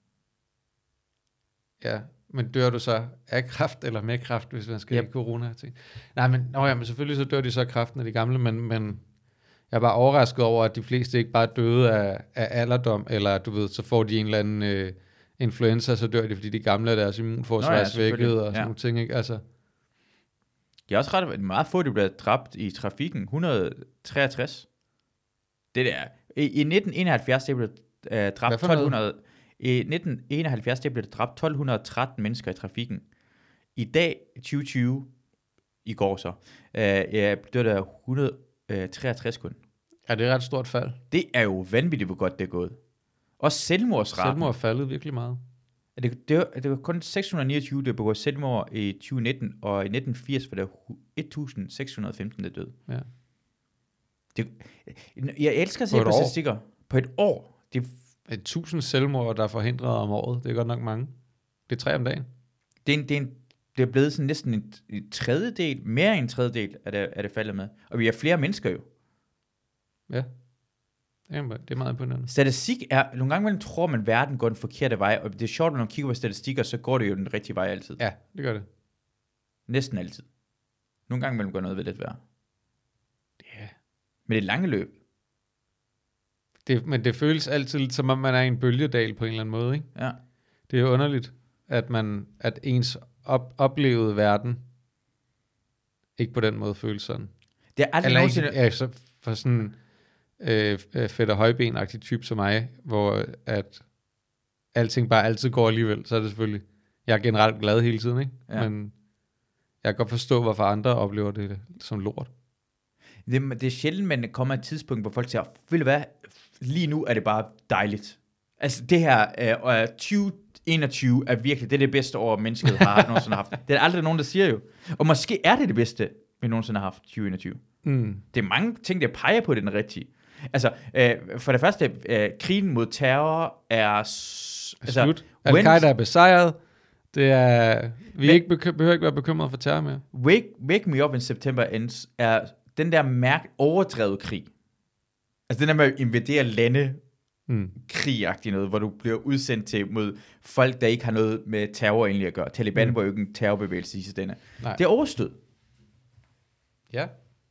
Ja, men dør du så af kræft eller med kræft, hvis man skal have corona-ting? Nej, men selvfølgelig så dør de så af kræft, når de er gamle, men jeg er bare overrasket over, at de fleste ikke bare døde af alderdom, eller du ved, så får de en eller anden influenza, så dør de, fordi de gamle er deres immunforsvar svækket og sådan nogle ting, ikke? Altså. Jeg er også ret meget få, der bliver dræbt i trafikken. 163. Det der. I 1971, det blev dræbt 1200. I 1971, det blev dræbt 1213 mennesker i trafikken. I dag, 2020, i går så, blev der 163 kun. Ja, det er et ret stort fald. Det er jo vanvittigt, hvor godt det er gået. Også selvmordsraten. Selvmord er faldet virkelig meget. Det var kun 629, der begået selvmord i 2019, og i 1980 var der 1615, der døde. Ja. Jeg elsker at se på statistikker. På et år. Det er 1000 selvmord, der er forhindret om året. Det er godt nok mange. Det er 3 om dagen. Det er blevet sådan næsten en tredjedel, mere end en tredjedel af det faldet med. Og vi er flere mennesker jo. Ja. Det er meget imponerende. Statistik er, nogle gange man tror man, verden går den forkerte vej, og det er sjovt, når man kigger på statistikker, så går det jo den rigtige vej altid. Ja, det gør det. Næsten altid. Nogle gange man går noget ved lidt værre. Ja. Men det er lange løb. Men det føles altid lidt, som om man er i en bølgedal på en eller anden måde, ikke? Ja. Det er underligt, at ens oplevede verden ikke på den måde føles sådan. Det er aldrig nogensinde... Ja, så for sådan Fætter Højben-agtig type som mig, hvor at alting bare altid går alligevel, så er det selvfølgelig... Jeg er generelt glad hele tiden, ikke? Ja. Men jeg kan godt forstå, hvorfor andre oplever det som lort. Det er sjældent, man kommer et tidspunkt, hvor folk siger, ved du hvad, lige nu er det bare dejligt. Altså det her 2021 er virkelig, det er det bedste år, mennesket har nogensinde haft. Det er aldrig nogen, der siger jo. Og måske er det bedste, vi nogensinde har haft 2021. Det er mange ting, der peger på det den rigtige. Altså, for det første, krigen mod terror er slut. Al-Qaida er besejret. Det er, behøver ikke være bekymret for terror mere. Wake Me Up When September Ends er den der overdrevet krig. Altså den der med at invadere lande, krigagtigt noget, hvor du bliver udsendt til mod folk, der ikke har noget med terror egentlig at gøre. Taliban var jo ikke en terrorbevægelse i sidste ende. Det er overstået. Ja.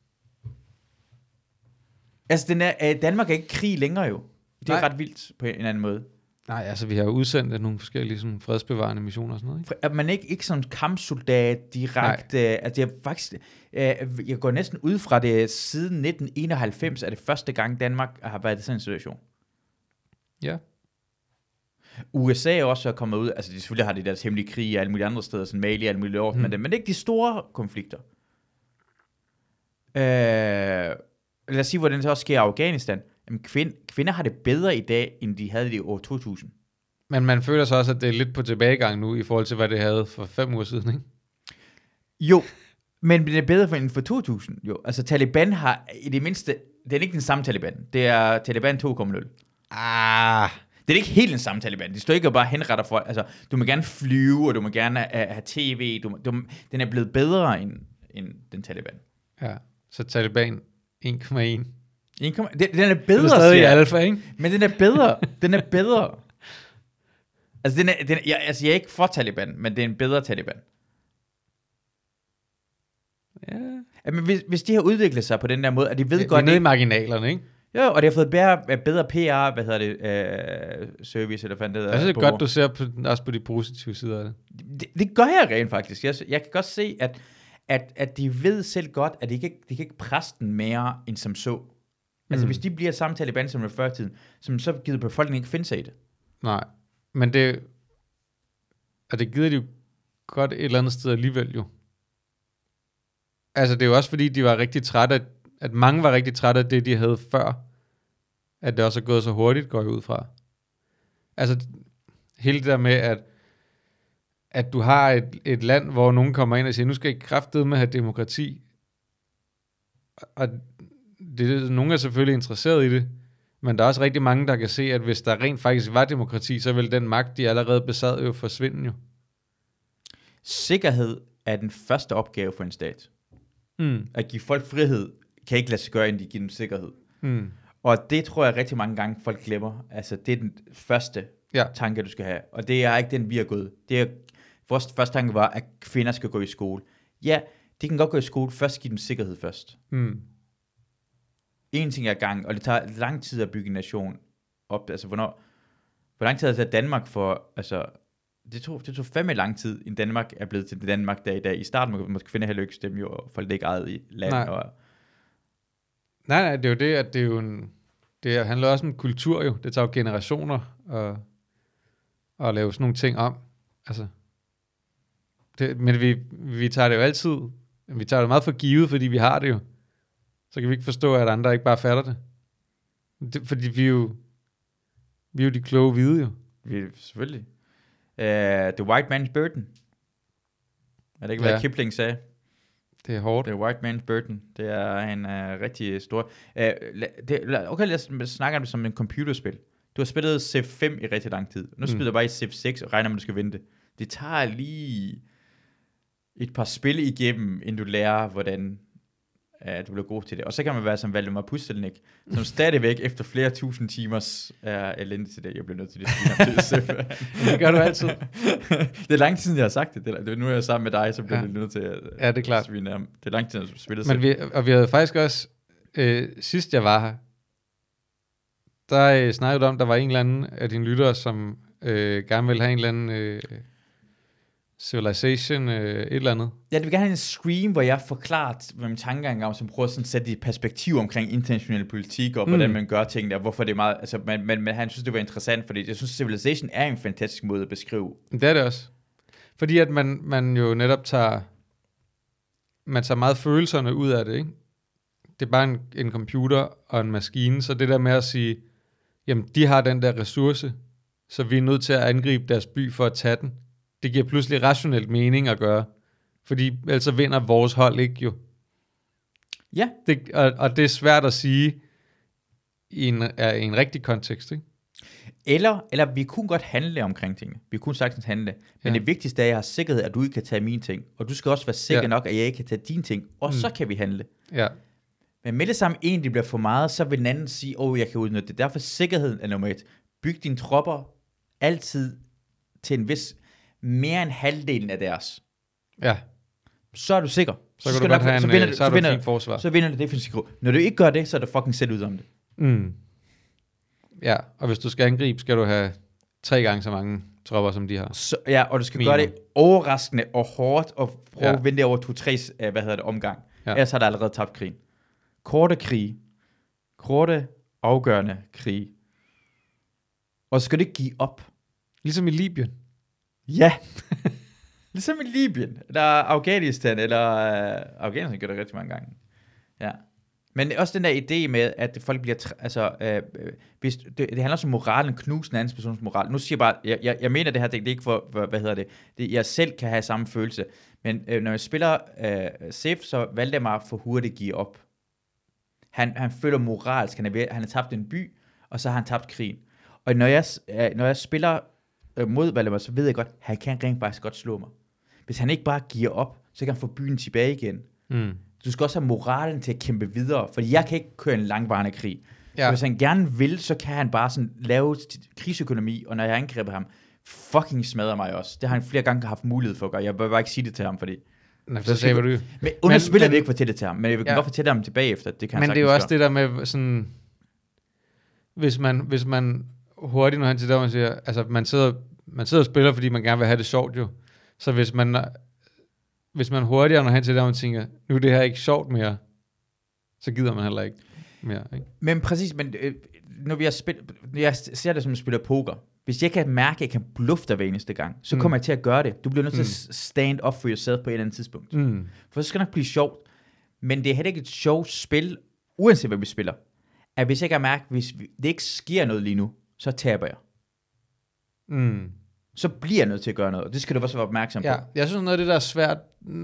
Altså Danmark er ikke krig længere jo. Det er ret vildt på en anden måde. Nej, altså vi har jo udsendt nogle forskellige sådan, fredsbevarende missioner og sådan noget, ikke? At man ikke som kampsoldat direkte, altså jeg går næsten ud fra det, siden 1991 er det første gang Danmark har været i sådan en situation. Ja. USA er også kommet ud, altså de selvfølgelig har de deres hemmelige krig og alle mulige andre steder, sådan Mali og alle mulige lort, men det er ikke de store konflikter. Lad os sige, hvordan det også sker i Afghanistan. Jamen, kvinder har det bedre i dag, end de havde det i år 2000. Men man føler så også, at det er lidt på tilbagegang nu, i forhold til, hvad det havde for 5 uger siden, ikke? Jo, men det er bedre end for 2000. Jo, altså Taliban har i det mindste, det er ikke den samme Taliban. Det er Taliban 2.0. Det er ikke helt den samme Taliban. De står ikke og bare henretter folk. Altså, du må gerne flyve, og du må gerne have tv. Den er blevet bedre end den Taliban. Ja, så Taliban 1,1. Den er bedre, det er stadig i alfa, ikke? Men den er bedre. Den er bedre. Altså, jeg er ikke for Taliban, men det er en bedre Taliban. Ja. Men hvis de har udviklet sig på den der måde, at de ved godt... Det er nede i marginalerne, ikke? Ja, og det har fået bedre PR, service, eller fandt det der. Jeg synes, det er godt, du ser også på de positive sider af det. Det gør jeg rent faktisk. Jeg kan godt se, at de ved selv godt, at de kan ikke presse den mere, end som så. Altså, hvis de bliver samme Taliban som i før-tiden, så gider befolkningen ikke finde sig i det. Nej, men det gider de jo godt et eller andet sted alligevel jo. Altså, det er jo også fordi, de var rigtig trætte, at mange var rigtig trætte af det, de havde før. At det også er gået så hurtigt, går jeg ud fra. Altså, hele det der med, at du har et land, hvor nogen kommer ind og siger, nu skal I kraftedeme have demokrati. Og nogen er selvfølgelig interesseret i det, men der er også rigtig mange, der kan se, at hvis der rent faktisk var demokrati, så vil den magt, de allerede besad, jo forsvinde jo. Sikkerhed er den første opgave for en stat. At give folk frihed kan ikke lade sig gøre, inden de giver dem sikkerhed. Og det tror jeg rigtig mange gange, folk glemmer. Altså, det er den første tanke, du skal have. Og det er ikke den, vi har gået. Vores første tanke var, at kvinder skal gå i skole. Ja, de kan godt gå i skole. Først give dem sikkerhed først. En ting er gang, og det tager lang tid at bygge en nation op. Altså, hvor lang tid har det taget Danmark for det tog fandme lang tid, inden Danmark er blevet til Danmark der i dag. I starten man måske finde heller ikke stemme jo, og folk det ikke ejet i land. Nej. Nej, det er jo det, at det er jo det handler også om kultur jo. Det tager jo generationer at lave sådan nogle ting om. Altså, men vi tager det jo altid, vi tager det meget for givet, fordi vi har det jo. Så kan vi ikke forstå, at andre ikke bare fatter det. Fordi vi er jo de kloge hvide jo. Selvfølgelig. The white man's burden. Er det ikke, hvad Kipling sagde? Det er hårdt. The white man's burden. Det er en rigtig stor... okay, lad os snakke om det som en computerspil. Du har spillet Civ 5 i rigtig lang tid. Nu spiller du bare i Civ 6 og regner med, at du skal vinde det. Det tager lige et par spil igennem, inden du lærer, hvordan du bliver god til det. Og så kan man være som Valdemar Pustelnik, som stadigvæk efter flere tusind timers er elendig til det. Jeg bliver nødt til det. Det gør du altid. Det er lang tid siden, jeg har sagt det. Nu er jeg sammen med dig, så bliver det nødt til at det er klart. svine ham. Det er lang tid, jeg har spillet men vi havde faktisk også, sidst jeg var her, der snakkede om, der var en eller anden af dine lyttere, som gerne ville have en eller anden Civilization, et eller andet. Ja, det vil gerne have en stream, hvor jeg forklarer med mine tanker, som prøver sådan at sætte i perspektiv omkring international politik, og hvordan man gør ting der, hvorfor det er meget, altså, men han synes, det var interessant, fordi jeg synes, Civilization er en fantastisk måde at beskrive. Det er det også. Fordi at man jo netop tager meget følelserne ud af det, ikke? Det er bare en computer og en maskine, så det der med at sige, jamen, de har den der ressource, så vi er nødt til at angribe deres by for at tage den. Det giver pludselig rationelt mening at gøre. Fordi ellers vinder vores hold ikke jo. Ja. Og det er svært at sige i en rigtig kontekst, ikke? Eller vi kunne godt handle omkring tingene. Vi kunne sagtens handle. Men det vigtigste er, at jeg har sikkerhed, at du ikke kan tage mine ting. Og du skal også være sikker nok, at jeg ikke kan tage dine ting. Og så kan vi handle. Ja. Men med det samme egentlig bliver for meget, så vil den anden sige, jeg kan udnytte det. Derfor sikkerheden er nummer 1. Byg dine tropper altid til en vis mere end halvdelen af deres. Ja. Så er du sikker. Så kan du godt have en, så har du et fint forsvar. Så vinder du defensivt. Når du ikke gør det, så er du fucking selv ud om det. Ja, og hvis du skal angribe, skal du have 3 gange så mange tropper, som de har. Så, ja, og du skal gøre det overraskende og hårdt, og prøve at vinde det over 2-3 omgang. Ja. Ellers har du allerede tabt krigen. Korte, afgørende krig. Og så skal du ikke give op. Ligesom i Libyen. Ja. Ligesom i Libyen, eller Afghanistan, eller Afghanistan gør det rigtig mange gange. Ja. Men også den der idé med, at folk bliver, hvis det handler også om moralen, knuse en anden persons moral. Nu siger jeg bare, jeg mener det her, det er ikke for, jeg selv kan have samme følelse. Men når jeg spiller Civ, så Valdemar for hurtigt give op. Han føler moralsk, han har tabt en by, og så har han tabt krigen. Og når jeg spiller mod Valdemar, så ved jeg godt, han kan rent faktisk godt slå mig. Hvis han ikke bare giver op, så kan han få byen tilbage igen. Du skal også have moralen til at kæmpe videre, for jeg kan ikke køre en langvarende krig. Ja. Så hvis han gerne vil, så kan han bare sådan lave krigsøkonomi, og når jeg angriber ham, fucking smadrer mig også. Det har han flere gange haft mulighed for at gøre. Jeg bør bare ikke sige det til ham, fordi... Nej, så sagde du. Men under spillet vil jeg ikke fortælle det til ham, men jeg vil godt fortælle ham tilbage efter. Det kan men det er jo også det der med sådan... Hvis man hurtigt, når han til der, man siger... Altså, man sidder og spiller, fordi man gerne vil have det sjovt jo. Så hvis man hurtigere, når han til der, man tænker, nu er det her ikke sjovt mere, så gider man heller ikke mere. Ikke? Men præcis, når vi har jeg ser det som, at spiller poker. Hvis jeg kan mærke, at jeg kan bluffe dig hver eneste gang, så kommer jeg til at gøre det. Du bliver nødt til at stand up for yourself på et eller andet tidspunkt. For så skal det nok blive sjovt. Men det er heller ikke et sjovt spil, uanset hvad vi spiller. At hvis jeg kan mærke, hvis det ikke sker noget lige nu, så taber jeg. Så bliver jeg nødt til at gøre noget, og det skal du også være opmærksom på. Jeg synes noget af det, der er svært,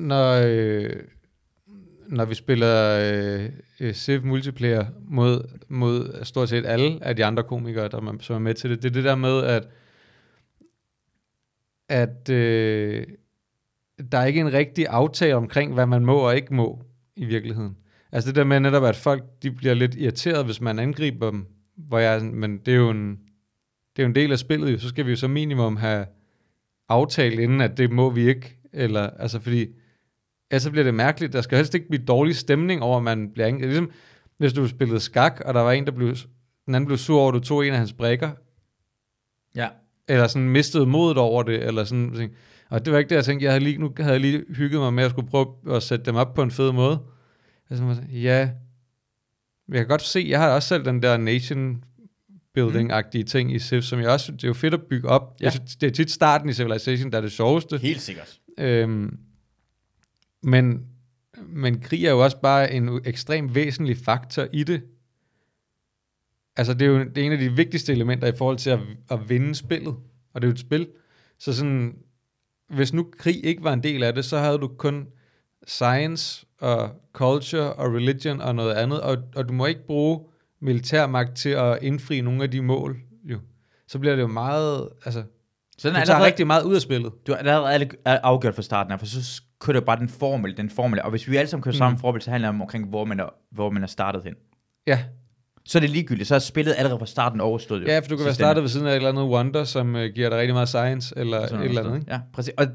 når vi spiller Civ multiplayer mod stort set alle af de andre komikere, som er med til det. Det er det der med, at der er ikke en rigtig aftale omkring, hvad man må og ikke må i virkeligheden. Altså det der med netop, at folk de bliver lidt irriteret, hvis man angriber dem, men det er jo en del af spillet, så skal vi jo som minimum have aftalt inden, at det må vi ikke, eller, altså fordi, ellers bliver det mærkeligt, der skal helst ikke blive dårlig stemning over, at man bliver angrebet. Ligesom, hvis du spillede skak, og der var en, den anden blev sur over, at du tog en af hans brikker. Ja. eller sådan mistede modet over det, eller sådan. Og det var ikke det, jeg tænkte. Nu havde jeg lige hygget mig med at skulle prøve at sætte dem op på en fed måde. Ja, jeg kan godt se, jeg har også selv den der nation building-agtige ting i Civ, som jeg også, det er jo fedt at bygge op. Ja. Jeg synes, det er tit starten i Civilization, der er det sjoveste. Helt sikkert. Men krig er jo også bare en ekstremt væsentlig faktor i det. Altså, det er en af de vigtigste elementer i forhold til at vinde spillet. Og det er jo et spil. Så sådan, hvis nu krig ikke var en del af det, så havde du kun science og culture og religion og noget andet, og du må ikke bruge militærmagt til at indfri nogle af de mål, jo. Så bliver det jo meget, altså, så du tager rigtig meget ud af spillet. Du har allerede afgjort fra starten af, for så kører det bare den formel, og hvis vi alle sammen kører samme formel, så handler det omkring, hvor man er startet hen. Ja. Så er det ligegyldigt, så er spillet allerede fra starten overstået. Ja, for du kan være startet ved siden af et eller andet wonder, som giver dig rigtig meget science, eller et eller andet, ikke? Ja, præcis. Og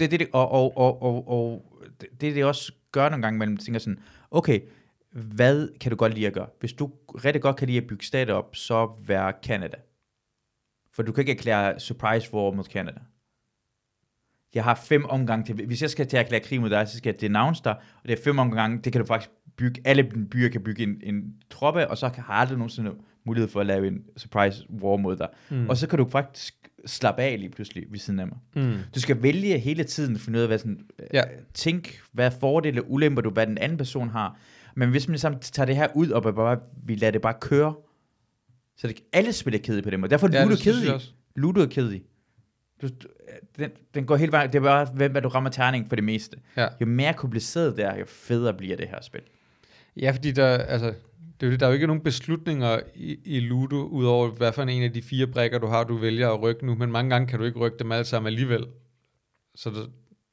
det også gør nogle gange, man tænker sådan, okay, hvad kan du godt lide at gøre? Hvis du rigtig godt kan lide at bygge stater op, så vær Canada. For du kan ikke erklære surprise war mod Canada. Jeg har 5 omgange til, hvis jeg skal til at erklære krig mod dig, så skal jeg denounce dig, og det er 5 omgange, det kan du faktisk bygge, alle byer kan bygge en troppe, og så har aldrig nogensinde mulighed for at lave en surprise war mod dig. Og så kan du faktisk slappe af lige pludselig ved siden af mig. Du skal vælge hele tiden, finde ud af, hvad sådan, tænk, hvad fordele og ulemper du, hvad den anden person har. Men hvis man sammen tager det her ud, og vi lader det bare køre, så det, alle spiller kedelige på dem, og derfor er Ludo kedelig. Ludo er kedelig. Den går helt vejen. Det er bare, hvad du rammer terning for det meste. Ja. Jo mere kompliceret det er, jo federe bliver det her spil. Ja, fordi der er jo ikke nogen beslutninger i Ludo, udover hvad for en af de 4 brikker, du har, du vælger at rykke nu, men mange gange kan du ikke rykke dem alle sammen alligevel. Så det,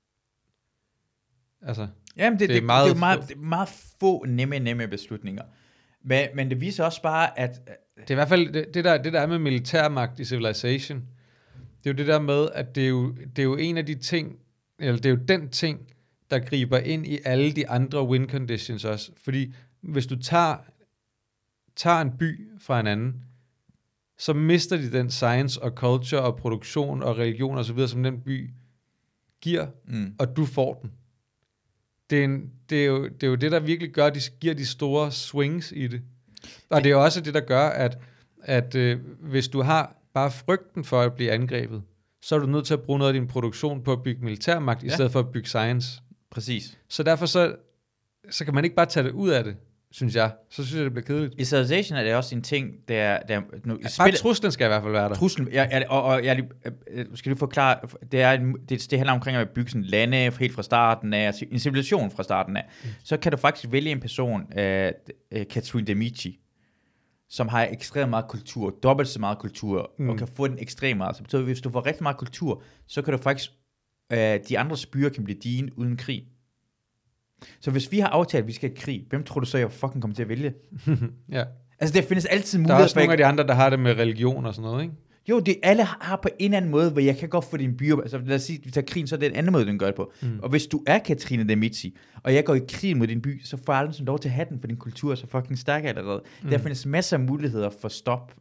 altså, jamen, det er meget få nemme beslutninger. Men det viser også bare, at det er i hvert fald det der er med militærmagt i Civilization. Det er jo det der med, at det er jo en af de ting, eller det er jo den ting, der griber ind i alle de andre win conditions også. Fordi hvis du tager en by fra en anden, så mister de den science og culture og produktion og religion og så videre, som den by giver, og du får den. Det er jo det, der virkelig gør, at de giver de store swings i det. Og det er også det, der gør, at hvis du har bare frygten for at blive angrebet, så er du nødt til at bruge noget af din produktion på at bygge militærmagt, i stedet for at bygge science. Præcis. Så derfor så kan man ikke bare tage det ud af det, synes jeg. Så synes jeg, det bliver kedeligt. I Civilization er det også en ting, bare truslen skal i hvert fald være der. Truslen, jeg skal du forklare, det handler omkring at bygge sådan lande helt fra starten af, en civilisation fra starten af. Så kan du faktisk vælge en person, Catherine de Medici, som har ekstremt meget kultur, dobbelt så meget kultur, og kan få den ekstremt meget. Så betyder, hvis du får rigtig meget kultur, så kan du faktisk, de andre byer kan blive dine uden krig. Så hvis vi har aftalt, at vi skal have krig, hvem tror du så, jeg fucking kommer til at vælge? Ja. Altså, der findes altid muligheder. Der er også nogle af de andre, der har det med religion og sådan noget, ikke? Jo, alle har på en anden måde, hvor jeg kan godt få din by. Altså, lad os sige, vi tager krigen, så er det en anden måde, den gør det på. Og hvis du er Catherine de Medici, og jeg går i krig mod din by, så får jeg aldrig sådan lov til at have den, for din kultur er så fucking stærk allerede. Der findes masser af muligheder for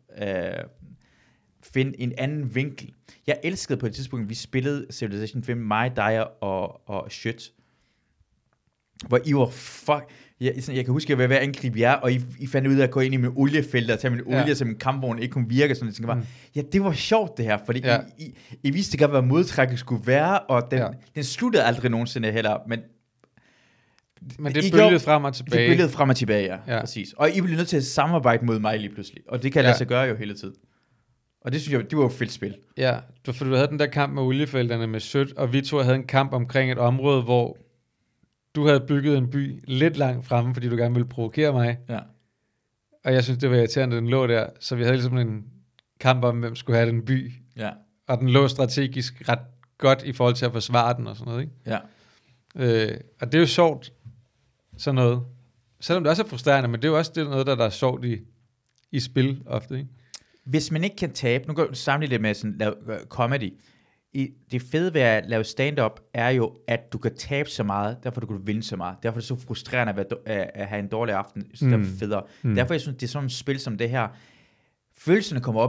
finde en anden vinkel. Jeg elskede på et tidspunkt, vi spillede Civilization 5, mig, dig og Schødt, hvor I var jeg kan huske, at jeg var ved at angribe jer, og I fandt ud af at gå ind i min oliefelter og tage min olie, så min kampvogn ikke kunne virke. Sådan, bare, ja, det var sjovt det her, fordi I vidste godt, hvad modtrækket skulle være, og den sluttede aldrig nogensinde heller, men det bølgede frem og tilbage. Det bølgede frem og tilbage, ja. Præcis. Og I blev nødt til at samarbejde mod mig lige pludselig, og det kan lade sig gøre jo hele tiden. Og det synes jeg, det var jo et fedt spil. Ja, for du havde den der kamp med oliefelterne med Sødt, og vi to havde en kamp omkring et område, hvor du havde bygget en by lidt langt fremme, fordi du gerne ville provokere mig. Ja. Og jeg synes, det var irriterende, den lå der. Så vi havde ligesom en kamp om, hvem skulle have den by. Ja. Og den lå strategisk ret godt i forhold til at forsvare den og sådan noget, ikke? Ja. Og det er jo sjovt, sådan noget. Selvom det også er frustrerende, men det er jo også noget, der er sjovt i spil ofte, ikke? Hvis man ikke kan tabe, nu kan du sammenligne det med sådan comedy. Det fede ved at lave stand-up er jo, at du kan tabe så meget, derfor du kan vinde så meget. Derfor er det så frustrerende at have en dårlig aften, så det er federe. Derfor jeg synes, det er sådan et spil som det her. Følelserne kommer op i en.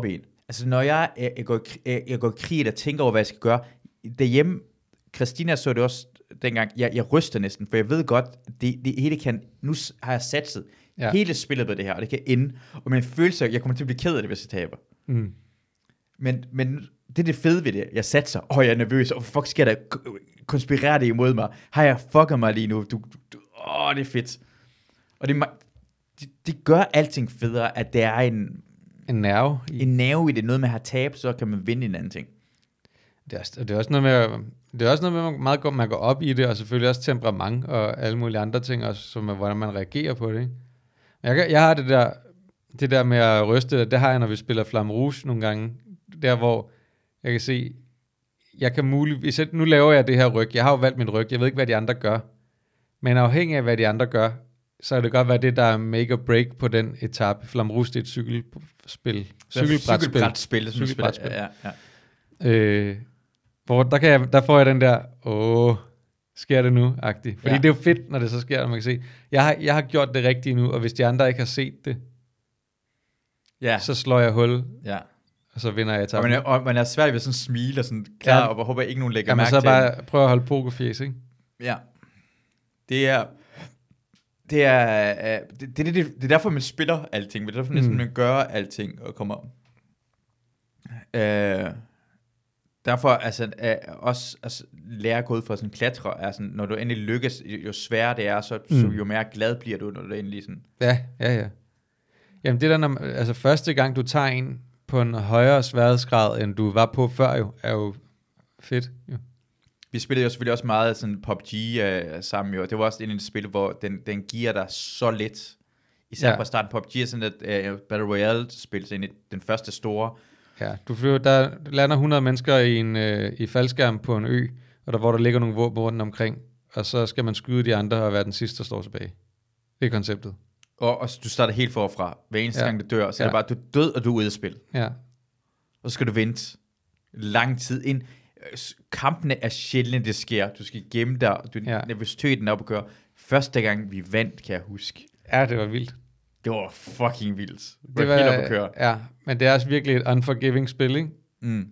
Altså, når jeg går i krig, og tænker over, hvad jeg skal gøre, derhjemme, Christina så det også dengang, jeg ryster næsten, for jeg ved godt, det hele kan, nu har jeg satset hele spillet på det her, og det kan ende, og min følelse, jeg kommer til at blive ked af det, hvis jeg taber. Mm. Men det er det fede ved det, jeg satser, jeg er nervøs, og fuck skal der konspirere det imod mig, har jeg fucket mig lige nu, det er fedt. Og det gør alting federe, at der er en nerve i det, noget med at have tab, så kan man vinde en anden ting. Det er også noget med, at man går op i det, og selvfølgelig også temperament og alle mulige andre ting, også, som er, hvordan man reagerer på det. Ikke? Jeg har det der med at ryste, det har jeg, når vi spiller Flamme Rouge nogle gange, der hvor jeg kan se, nu laver jeg det her ryg, jeg har jo valgt min ryg, jeg ved ikke, hvad de andre gør, men afhængig af, hvad de andre gør, så er det godt være det, der er make or break på den etape. Flamme Rouge, det er et cykelbrætspil. Ja. Hvor der får jeg den der, sker det nu-agtig. Fordi det er jo fedt, når det så sker, når man kan se, jeg har gjort det rigtige nu, og hvis de andre ikke har set det, så slår jeg hul, og så vinder jeg etappen. Og man er svært ved sådan smile og sådan klar, og håber ikke nogen lægger mærke til. Så bare prøve at holde pokerfjes, ikke? Ja. Det er derfor, man spiller alting. Det er derfor, man gør alting og kommer om. Derfor også lære at gå ud for sådan klatre, er sådan, når du endelig lykkes, jo sværere det er, så jo mere glad bliver du, når du endelig sådan. Ja. Jamen det der, første gang du tager en på en højere sværhedsgrad, end du var på før jo, er jo fedt. Jo. Vi spillede jo selvfølgelig også meget sådan PUBG sammen jo, det var også en af de spil, hvor den giver dig så lidt. Især fra starten. PUBG er sådan et Battle Royale-spil, så den første store. Ja, der lander 100 mennesker i faldskærm på en ø, og hvor der ligger nogle våben rundt omkring, og så skal man skyde de andre og være den sidste, der står tilbage. Det er konceptet. Og du starter helt forfra. Hver eneste gang du dør, så er det bare, du er død, og du er ude af spil. Ja. Og så skal du vente lang tid ind. Kampene er sjældent, det sker. Du skal gemme dig, nervøsiteten op og køre. Første gang vi vandt, kan jeg huske. Ja, det var vildt. Det var fucking vildt. Det var helt op at køre. Ja, men det er også virkelig et unforgiving spil, ikke? Mm.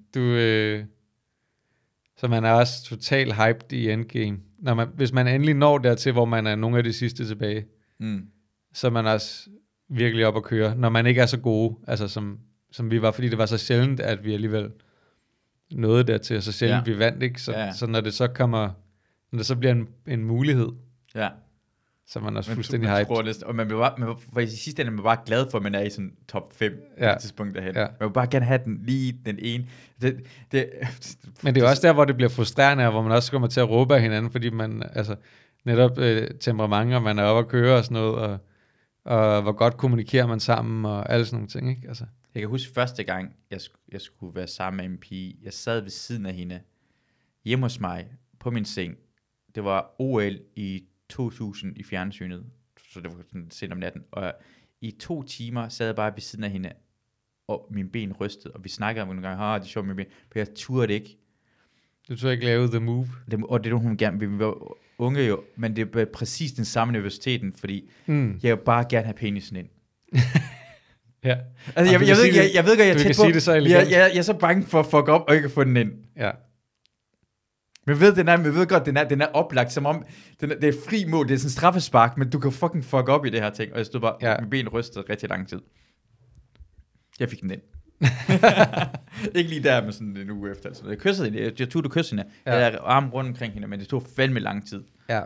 Så man er også totalt hyped i endgame. Hvis man endelig når dertil, hvor man er nogle af de sidste tilbage, så er man også virkelig op at køre, når man ikke er så gode, altså som vi var, fordi det var så sjældent, at vi alligevel nåede dertil, og så sjældent vi vandt, ikke? Så når det så kommer, når det så bliver en mulighed, så er man også fuldstændig hyped. Og man for i sidste ende er man bare glad for, at man er i sådan top 5 på et tidspunkt derhen. Man vil bare gerne have den ene. Men det er også der, hvor det bliver frustrerende, og hvor man også kommer til at råbe af hinanden, fordi man, netop temperament, og man er oppe at køre og sådan noget, og hvor godt kommunikerer man sammen, og alle sådan nogle ting, ikke? Altså. Jeg kan huske første gang, jeg skulle være sammen med en pige, jeg sad ved siden af hende, hjemme hos mig, på min seng. Det var OL i 2000 i fjernsynet, så det var sådan sent om natten, og i 2 timer sad jeg bare ved siden af hende, og mine ben rystede, og vi snakkede om nogle gange, det er sjovt med mine ben, for jeg turde ikke. Du turde ikke lave the move? Og det er hun gerne, vi var unge jo, men det var præcis den samme universiteten, fordi jeg vil bare gerne have penisen ind. Ja. Altså, jeg ved godt, jeg er tæt på, jeg er så bange for at fuck op, og ikke at få den ind. Ja. Men vi ved godt, den er oplagt, som om, det er fri mål, det er sådan en straffespark, men du kan fucking fuck op i det her ting, og jeg stod bare, mit ben rystede rigtig lang tid. Jeg fik den ind. Ikke lige der, men sådan en uge efter. Altså. Jeg kyssede hende, jeg tog du kysse hende, jeg havde armen rundt omkring hende, men det tog fandme lang tid. Ja.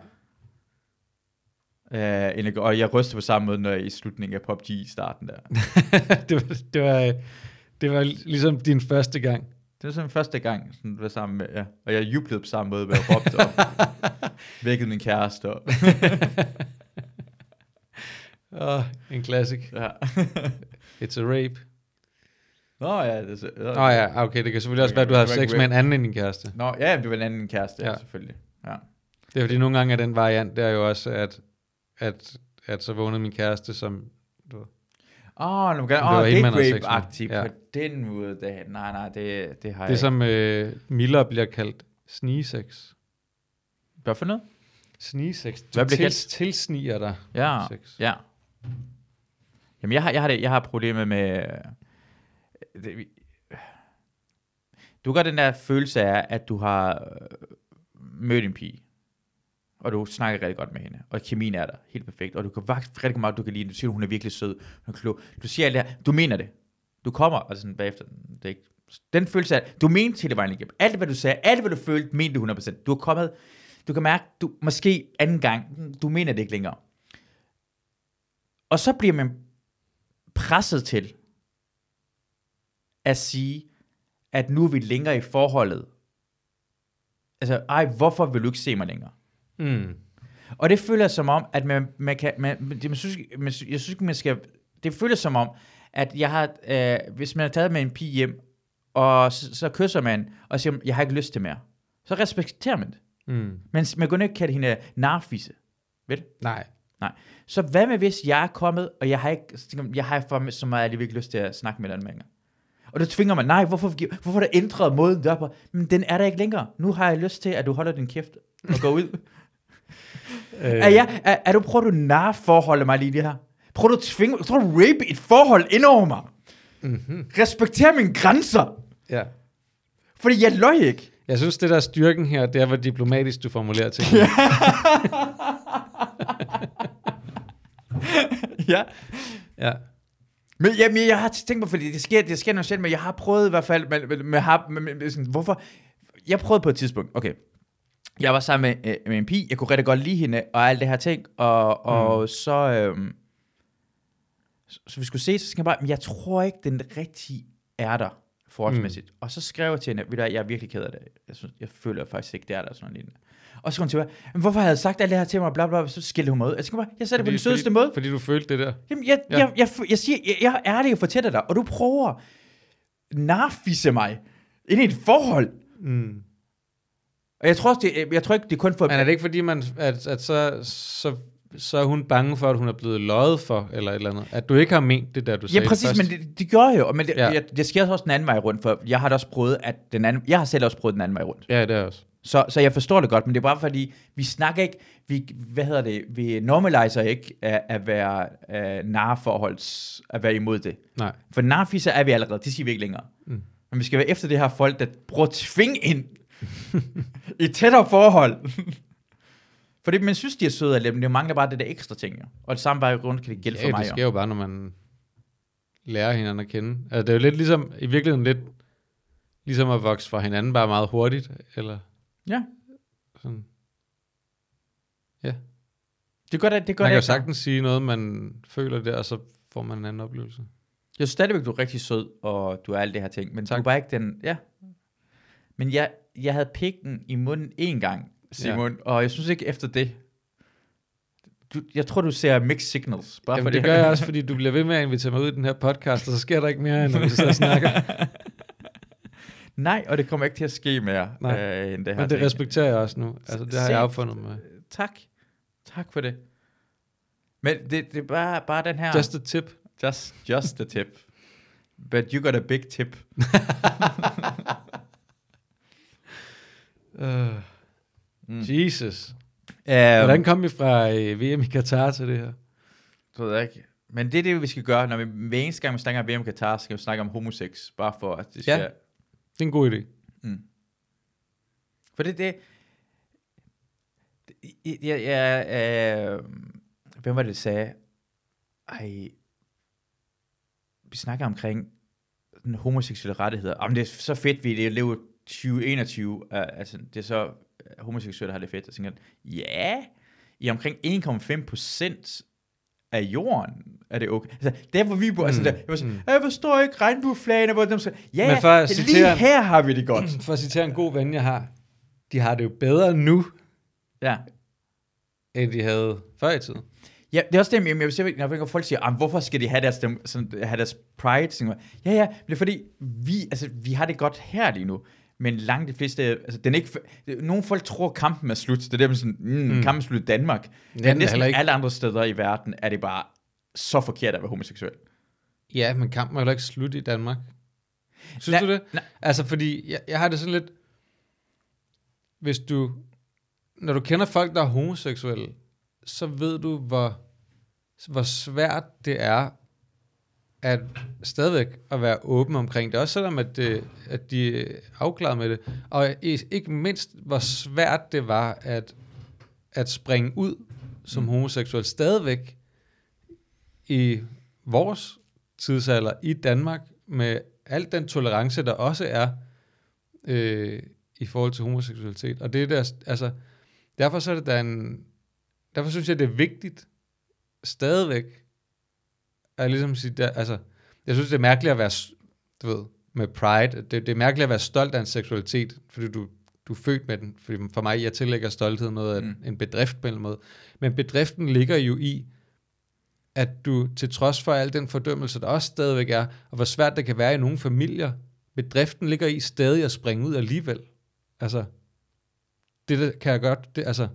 Og jeg rystede på samme måde, når jeg i slutningen af PUBG i starten der. det var ligesom din første gang. Det var sådan første gang, sådan var sammen med, og jeg jublede på samme måde, hvor jeg råbte op, vækkede min kæreste. En classic. Ja. It's a rape. Okay, det kan selvfølgelig også være, at du har sex med en anden end din kæreste. Det var en anden kæreste, selvfølgelig. Ja. Det er fordi nogle gange er den variant, der er jo også, at så vågnede min kæreste, som du date rape-aktiv på den måde. Nej, det har jeg det som mildere bliver kaldt snigesex. Hvad for noget? Snigesex. Hvad bliver kaldt? Tilsniger dig sex. Ja. Jamen, jeg har problemer med... Du gør den der følelse af, at du har mødt en pige, og du snakker rigtig godt med hende, og kemien er der, helt perfekt, og du kan faktisk rigtig meget, du kan lide, du siger, hun er virkelig sød, hun er klog, du siger alt det her, du mener det, du kommer, og sådan bagefter, det er ikke, den følelse af, du mente hele vejen igennem, alt hvad du sagde, alt hvad du følte, mente du 100%, du er kommet, du kan mærke, du måske anden gang, du mener det ikke længere, og så bliver man presset til, at sige, at nu er vi længere i forholdet, altså, hvorfor vil du ikke se mig længere? Og det føler som om, at det føles som om, at jeg har, hvis man har taget med en pige hjem, og så kysser man, og siger, jeg har ikke lyst til mere, så respekterer man det. Men man kunne ikke kalde hende narfisse, vel? Nej. Så hvad med, hvis jeg er kommet, og jeg har for så meget alligevel ikke lyst til at snakke med den mand. Og du tvinger mig, nej, hvorfor er der ændret måden der på? Men den er der ikke længere. Nu har jeg lyst til, at du holder din kæft og går ud. Prøver du narforholde mig lige det her? Prøver du rape et forhold ind over mig? Respekter mine grænser. Ja. Fordi jeg løg ikke. Jeg synes, det der styrken her, det er, hvor diplomatisk du formulerer ting. Ja. Men jeg har tænkt mig, fordi det sker noget sjældent, men jeg har prøvet i hvert fald, med sådan, hvorfor? Jeg prøvede på et tidspunkt, okay, jeg var sammen med en pige, jeg kunne rigtig godt lide hende, og alt det her ting, og så vi skulle se, så skal jeg bare, men jeg tror ikke, den rigtige er der, forholdsmæssigt. Og så skrev jeg til hende, ved du, jeg er virkelig ked af det, jeg føler faktisk ikke, det er der, sådan noget. Og så kom hun til mig, men hvorfor havde jeg sagt alt det her til mig, bla bla, så skilte hun mig ud. Jeg sagde det på den sødeste måde. Fordi du følte det der? Jamen, jeg siger, jeg er ærlig og fortæller dig, og du prøver narfisse mig ind i et forhold. Og jeg tror ikke, det er kun for... Men er det ikke fordi, at så er hun bange for, at hun er blevet løjet for, eller et eller andet? At du ikke har ment det der, du sagde. Ja, præcis, først. Men det gør jeg jo. Men det sker også den anden vej rundt, for jeg har da også prøvet, jeg har selv også prøvet den anden vej rundt. Ja, det er også. Så jeg forstår det godt, men det er bare fordi, vi snakker ikke, vi normaliser ikke at være narforholds, at være imod det. Nej. For narfisser er vi allerede, det siger vi ikke længere. Men vi skal være efter det her folk, der prøver at tvinge ind i tættere forhold. Fordi man synes, de er søde af dem, det mangler bare det der ekstra ting. Jo. Og det samme vej rundt kan det gælde for mig. Ja, det sker jo bare, når man lærer hinanden at kende. Altså, det er jo lidt ligesom, i virkeligheden lidt ligesom at vokse fra hinanden bare meget hurtigt, eller... Ja. Sådan. Ja. Det gør det. Man kan jo sagtens sige noget, man føler der, og så får man en anden oplevelse. Jeg synes stadigvæk, du er rigtig sød, og du er alt det her ting, men tak. Du er bare ikke den... Ja. Men jeg havde pikken i munden en gang, Simon, og jeg synes ikke efter det... Jeg tror, du ser mixed signals. Bare Jamen, det gør jeg også, fordi du bliver ved med at invitere mig ud i den her podcast, og så sker der ikke mere, end når vi så snakker. Nej, og det kommer ikke til at ske mere. End det her. Men det respekterer jeg også nu. Altså, det har jeg opfundet mig. Tak for det. Men det er bare den her... Just a tip. Just a tip. But you got a big tip. Jesus. Hvordan kom vi fra VM i Katar til det her? Det ved jeg ikke. Men det er det, vi skal gøre. Når vi hver eneste gang, vi snakker om VM i Katar, skal vi snakke om homosex. Bare for, at det skal... Ja, det er en god idé. For hvem var det, der sagde? Vi snakker omkring den homoseksuelle rettigheder. Jamen, det er så fedt, vi lever 2021. Altså, det er så homoseksuelle har det fedt. Jeg tænker, ja, i omkring 1,5% af jorden er det okay. Altså, der hvor vi bor, jeg forstår ikke regnbueflagene, hvor de så, ja, men for lige her har vi det godt. For at citere en god ven, jeg har, de har det jo bedre nu, end de havde før i tiden. Ja, det er også det, jeg vil sige, når folk siger, hvorfor skal de have deres pride? Ja, det er fordi, vi har det godt her lige nu. Men langt de fleste, altså den ikke, nogle folk tror, kampen er slut. Det er dem sådan, kampen er slut i Danmark. Men næsten alle andre steder i verden er det bare så forkert at være homoseksuel. Ja, men kampen er heller ikke slut i Danmark. Synes du det? Nej. Altså, fordi jeg har det sådan lidt, når du kender folk, der er homoseksuelle, så ved du, hvor svært det er at stadigvæk at være åben omkring det, også selvom at de er afklaret med det. Og ikke mindst, hvor svært det var at springe ud som homoseksuel stadigvæk i vores tidsalder i Danmark, med al den tolerance, der også er i forhold til homoseksualitet. Og det er der, altså, derfor så er det derfor synes jeg, det er vigtigt stadigvæk at ligesom sige, altså, jeg synes, det er mærkeligt at være, du ved, med pride, det er mærkeligt at være stolt af en seksualitet, fordi du er født med den. Fordi for mig, jeg tillægger stolthed noget af en bedrift på en måde. Men bedriften ligger jo i, at du til trods for al den fordømmelse, der også stadigvæk er, og hvor svært det kan være i nogle familier, bedriften ligger i stadig at springe ud alligevel. Altså, det der kan jeg godt,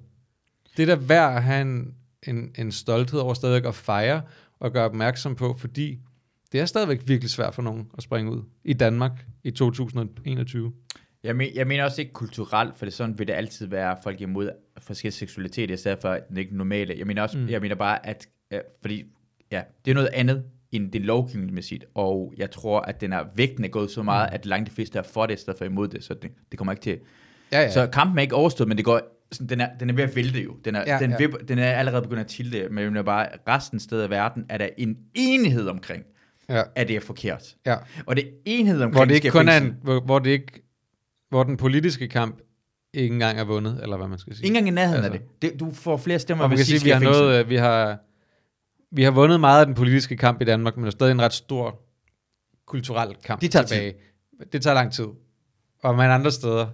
det der værd at have en stolthed over stadigvæk at fejre og gøre opmærksom på, fordi det er stadigvæk virkelig svært for nogen at springe ud i Danmark i 2021. Jeg mener også ikke kulturelt, for det sådan vil det altid være folk imod forskellige seksualitet, i stedet for den ikke normale. Jeg mener bare, at fordi ja, det er noget andet end det lovgivningsmæssigt, og jeg tror, at vægten er gået så meget, at langt de fleste er for det, i stedet for imod det, så det kommer ikke til. Ja. Så kampen er ikke overstået, men det går, den er ved at vælte jo. Den er allerede begyndt at tilde, men det er bare resten sted af verden, er der en enighed omkring, at det er forkert. Ja. Og det er enighed omkring, hvor det ikke kun er hvor den politiske kamp ikke engang er vundet, eller hvad man skal sige. Ikke engang i nærheden af det. Du får flere stemmer, og man kan sige, vi har vundet meget af den politiske kamp i Danmark, men der er stadig en ret stor kulturel kamp tilbage. Det tager lang tid. Og man andre steder,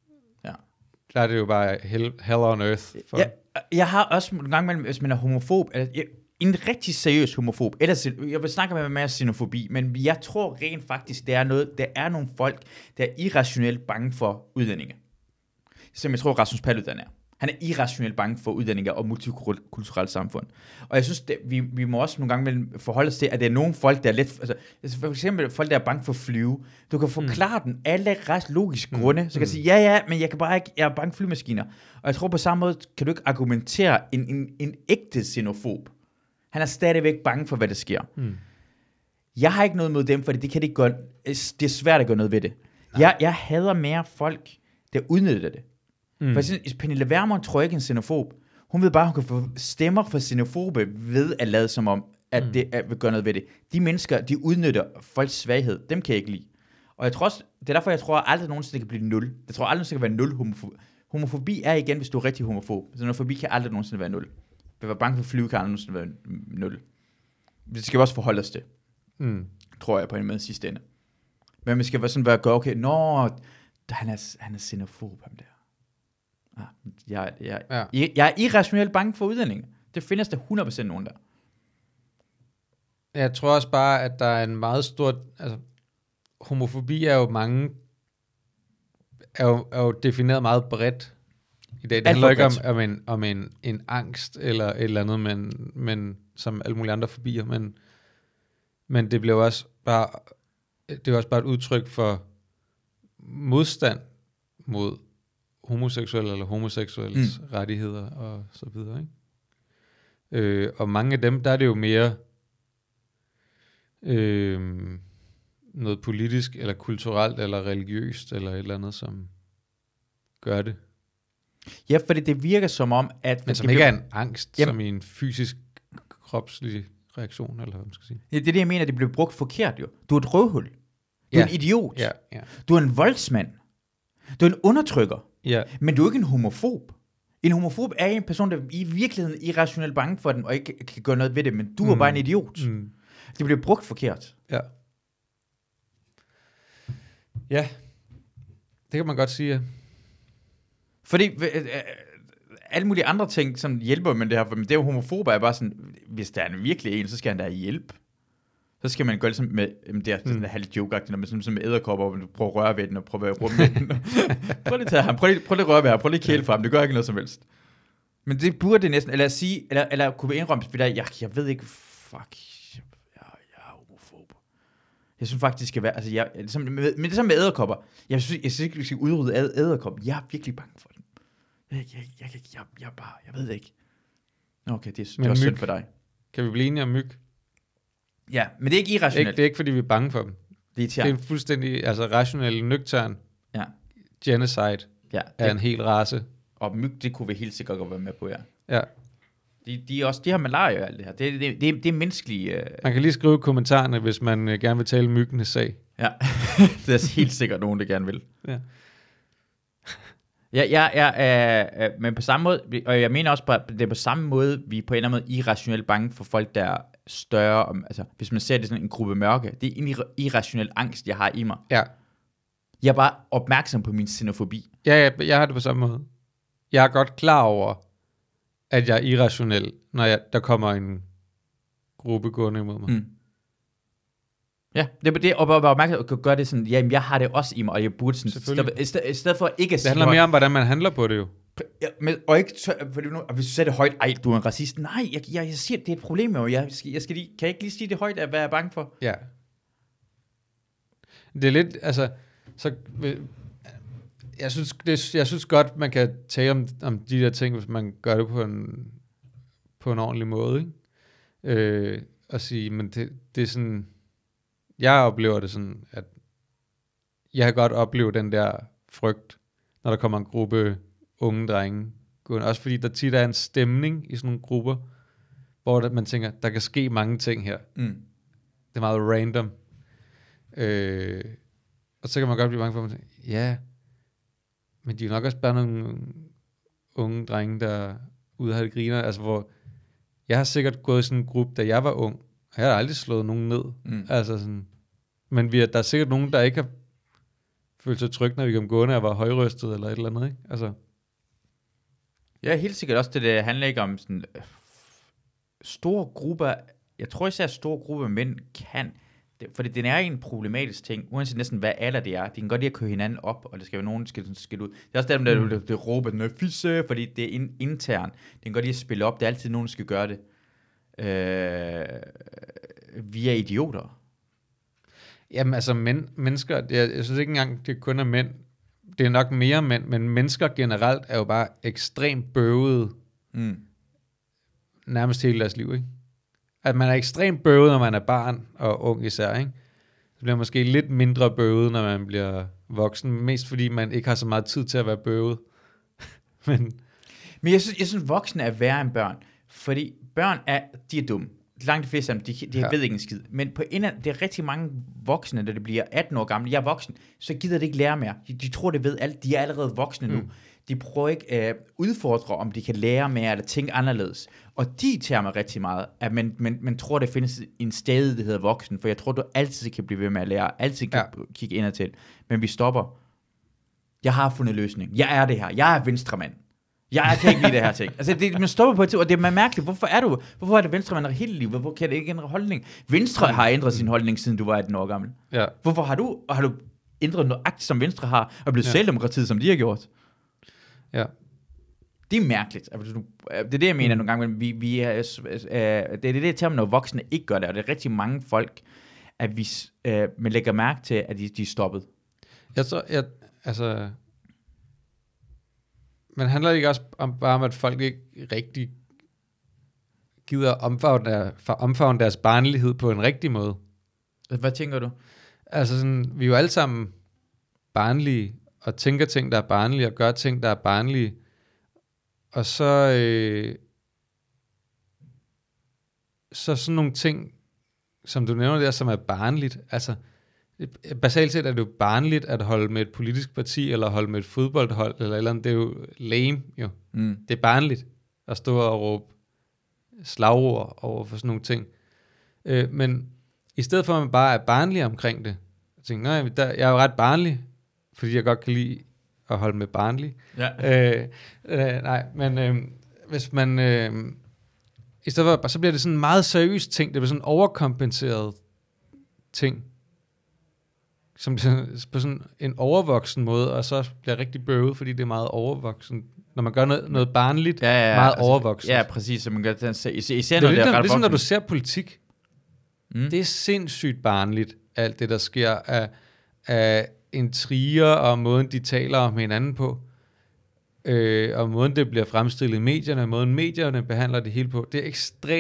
der er det jo bare hell on earth. Jeg har også en gang mellem, hvis man er homofob, en rigtig seriøs homofob, eller jeg vil snakke med mere xenofobi, men jeg tror rent faktisk, der er nogle folk, der er irrationelt bange for udlændinge. Som jeg tror, Rasmus Paludan er. Han er irrationelt bange for uddannelser og multikulturelt samfund. Og jeg synes, vi må også nogle gange forholde os til, at det er nogle folk, der er lidt... Altså for eksempel folk, der er bange for at flyve. Du kan forklare den alle ret logiske grunde. Så kan sige, ja, men jeg kan bare ikke... Jeg er bange for flymaskiner. Og jeg tror på samme måde, kan du ikke argumentere en ægte xenofob. Han er stadigvæk bange for, hvad der sker. Jeg har ikke noget mod dem, fordi det kan de gøre... Det er svært at gøre noget ved det. Jeg hader mere folk, der udnytter det. For eksempel, Pernille Vermund tror jeg ikke en xenofob. Hun ved bare, hun kan få stemmer for xenofobe ved at lade som om, at det vil gøre noget ved det. De mennesker, de udnytter folks svaghed. Dem kan jeg ikke lide. Og jeg tror også, det er derfor, jeg tror aldrig nogensinde kan blive 0. Jeg tror aldrig nogensinde kan være 0 homofobi. Homofobi er igen, hvis du er rigtig homofob. Så homofobi kan aldrig nogensinde være 0. At være bange for flyve kan aldrig nogensinde være 0. Det skal vi også forholde os til. Tror jeg på en måde sidste ende. Men vi skal sådan være okay, han er xenofob, ham der. Jeg er irrationelt bange for udlændinge. Det findes der 100% nogen der. Jeg tror også bare, at der er en meget stor... Altså, homofobi er jo defineret meget bredt i dag. Det handler ikke om en angst eller et eller andet, men som alle mulige andre fobier. Men det bliver også bare... Det er også bare et udtryk for modstand mod homoseksuelle eller homoseksuelles rettigheder og så videre, ikke? Og mange af dem, der er det jo mere noget politisk eller kulturelt eller religiøst eller et eller andet, som gør det. Ja, fordi det virker som om, at... Men som ikke er en angst, som i en fysisk kropslig reaktion, eller hvad man skal sige. Ja, det er det, jeg mener, det bliver brugt forkert jo. Du er et røvhul. Du er en idiot. Ja. Du er en voldsmand. Du er en undertrykker. Ja. Men du er ikke en homofob. En homofob er en person, der i virkeligheden er irrationelt bange for den, og ikke kan gøre noget ved det, men du er bare en idiot. Det bliver brugt forkert. Ja. Ja. Det kan man godt sige, ja. Fordi alle mulige andre ting, som hjælper med det her, for det er jo homofober, er bare sådan, hvis der er en virkelig en, så skal han da hjælpe. Så skal man gøre det sådan med, det er sådan en halv joke-agtigt, når man sådan med æderkopper, og man prøver at røre ved den, og prøver at rumme ved den. Prøv lige at tage ham, prøv lige at røre ved ham, prøv lige at kæle for ham, det gør ikke noget som helst. Men det burde det næsten, eller at sige, eller kunne vi indrømme, jeg ved ikke, jeg er homofob. Jeg synes faktisk, det skal være, altså, men det er sådan med æderkopper. Jeg synes ikke, vi skal udrydde æderkopper. Jeg er virkelig bange for dem. Jeg ved det ikke. Okay, det er også synd for dig. Kan vi blive enige om myg? Ja, men det er ikke irrationelt. Det er ikke, fordi vi er bange for dem. Det Det er en fuldstændig rationel, nøgtern Ja. genocide af en hel race. Og myg, det kunne vi helt sikkert godt være med på, ja. Ja. De har malaria og alt det her. Det er menneskelige... Man kan lige skrive i kommentarerne, hvis man gerne vil tale myggenes sag. Ja, det er helt sikkert nogen, der gerne vil. Ja. Men på samme måde, og jeg mener også, at det er på samme måde, vi er på en eller anden måde irrationelt bange for folk, der er større, altså hvis man ser det sådan en gruppe mørke, det er en irrationel angst, jeg har i mig. Ja. Jeg er bare opmærksom på min xenofobi. Ja, jeg har det på samme måde. Jeg er godt klar over, at jeg er irrationel, når der kommer en gruppe gående imod mig. Mm. Ja, det og være opmærksom og gøre det sådan, jamen jeg har det også i mig, og jeg burde sådan, i stedet for ikke at sige det handler mere om, hvordan man handler på det jo. Ja, men, og ikke, for hvis du siger det højt, ej, du er en racist. Nej, jeg siger, det er et problem jo. Jeg skal lige, kan jeg ikke lige sige det højt, hvad jeg er bange for? Ja. Det er lidt, så jeg synes godt, man kan tale om de der ting, hvis man gør det på en ordentlig måde, ikke? Og sige, men det er sådan, jeg oplever det sådan, at jeg kan godt opleve den der frygt, når der kommer en gruppe unge drenge. Også fordi der tit er en stemning i sådan nogle grupper, hvor man tænker, der kan ske mange ting her. Mm. Det er meget random. Og så kan man godt blive bange for, at ja, men de er nok også bare nogle unge drenge, der ude har det griner. Altså hvor, jeg har sikkert gået i sådan en gruppe, da jeg var ung, og jeg har aldrig slået nogen ned. Mm. Altså sådan, men der er sikkert nogen, der ikke har følt sig trygt, når vi kom gående og var højrystet eller et eller andet, ikke? Altså. Ja, helt sikkert også det handler ikke om sådan store grupper. Jeg tror især, at store grupper mænd kan, for det er en problematisk ting, uanset næsten hvad alder det er. De kan godt lide at køre hinanden op, og der skal jo nogen, der skal ud. Det er også der råber, fisse, fordi det er internt. De kan godt lide at spille op. Det er altid nogen, der skal gøre det. Vi er idioter. Jamen altså, mennesker, jeg synes ikke engang, det kun er mænd. Det er nok mere mænd, men mennesker generelt er jo bare ekstremt bøvede. Nærmest hele deres liv, ikke? At man er ekstremt bøvet, når man er barn og ung især, ikke? Så bliver man måske lidt mindre bøvet, når man bliver voksen. Mest fordi man ikke har så meget tid til at være bøvet. Men jeg synes voksne er værre end børn. Fordi børn de er dumme. Langt de fleste af dem, de ved ikke en skid. Men på det er rigtig mange voksne, da det bliver 18 år gamle. Jeg er voksen, så gider det ikke lære mere. De tror, det ved alt. De er allerede voksne nu. De prøver ikke at udfordre, om de kan lære mere eller tænke anderledes. Og de tager mig rigtig meget, at man tror, der findes en sted, der hedder voksen. For jeg tror, du altid kan blive ved med at lære. Altid kan kigge indad til. Men vi stopper. Jeg har fundet løsning. Jeg er det her. Jeg er venstremand. Jeg kan ikke lide det her ting. Altså, man stopper på et tid, og det er mærkeligt. Hvorfor er det venstremand hele livet? Hvorfor kan det ikke ændre holdning? Venstre har ændret sin holdning, siden du var 18 år gammel. Ja. Hvorfor har du ændret noget akt, som Venstre har, og blevet Socialdemokratiet, som de har gjort? Ja. Det er mærkeligt. Det er det, jeg mener nogle gange, men det er det term, når voksne ikke gør det, og det er rigtig mange folk, at man lægger mærke til, at de er stoppet. Men handler det ikke også bare om, at folk ikke rigtig gider omfavne deres barnlighed på en rigtig måde? Hvad tænker du? Altså sådan, vi er jo alle sammen barnlige, og tænker ting, der er barnlige, og gør ting, der er barnlige. Og så sådan nogle ting, som du nævner der, som er barnligt. Altså, basalt set er det jo barnligt at holde med et politisk parti, eller holde med et fodboldhold, eller eller andet. Det er jo lame, jo. Det er barnligt at stå og råbe slagord over for sådan nogle ting. Men i stedet for, at man bare er barnlig omkring det, jeg tænker, jeg er jo ret barnlig, fordi jeg godt kan lide at holde med barnlig. Ja. Hvis man i stedet for, så bliver det sådan en meget seriøs ting, det bliver sådan en overkompenseret ting, som på sådan en overvoksen måde, og så bliver rigtig bøvet, fordi det er meget overvoksen. Når man gør noget barnligt, meget overvoksen. Ja, præcis, som man gør det. Især det er ligesom, når du ser politik. Det er sindssygt barnligt, alt det, der sker af intriger, og måden, de taler om hinanden på, og måden, det bliver fremstillet i medierne, og måden, medierne behandler det hele på. Det er ekstremt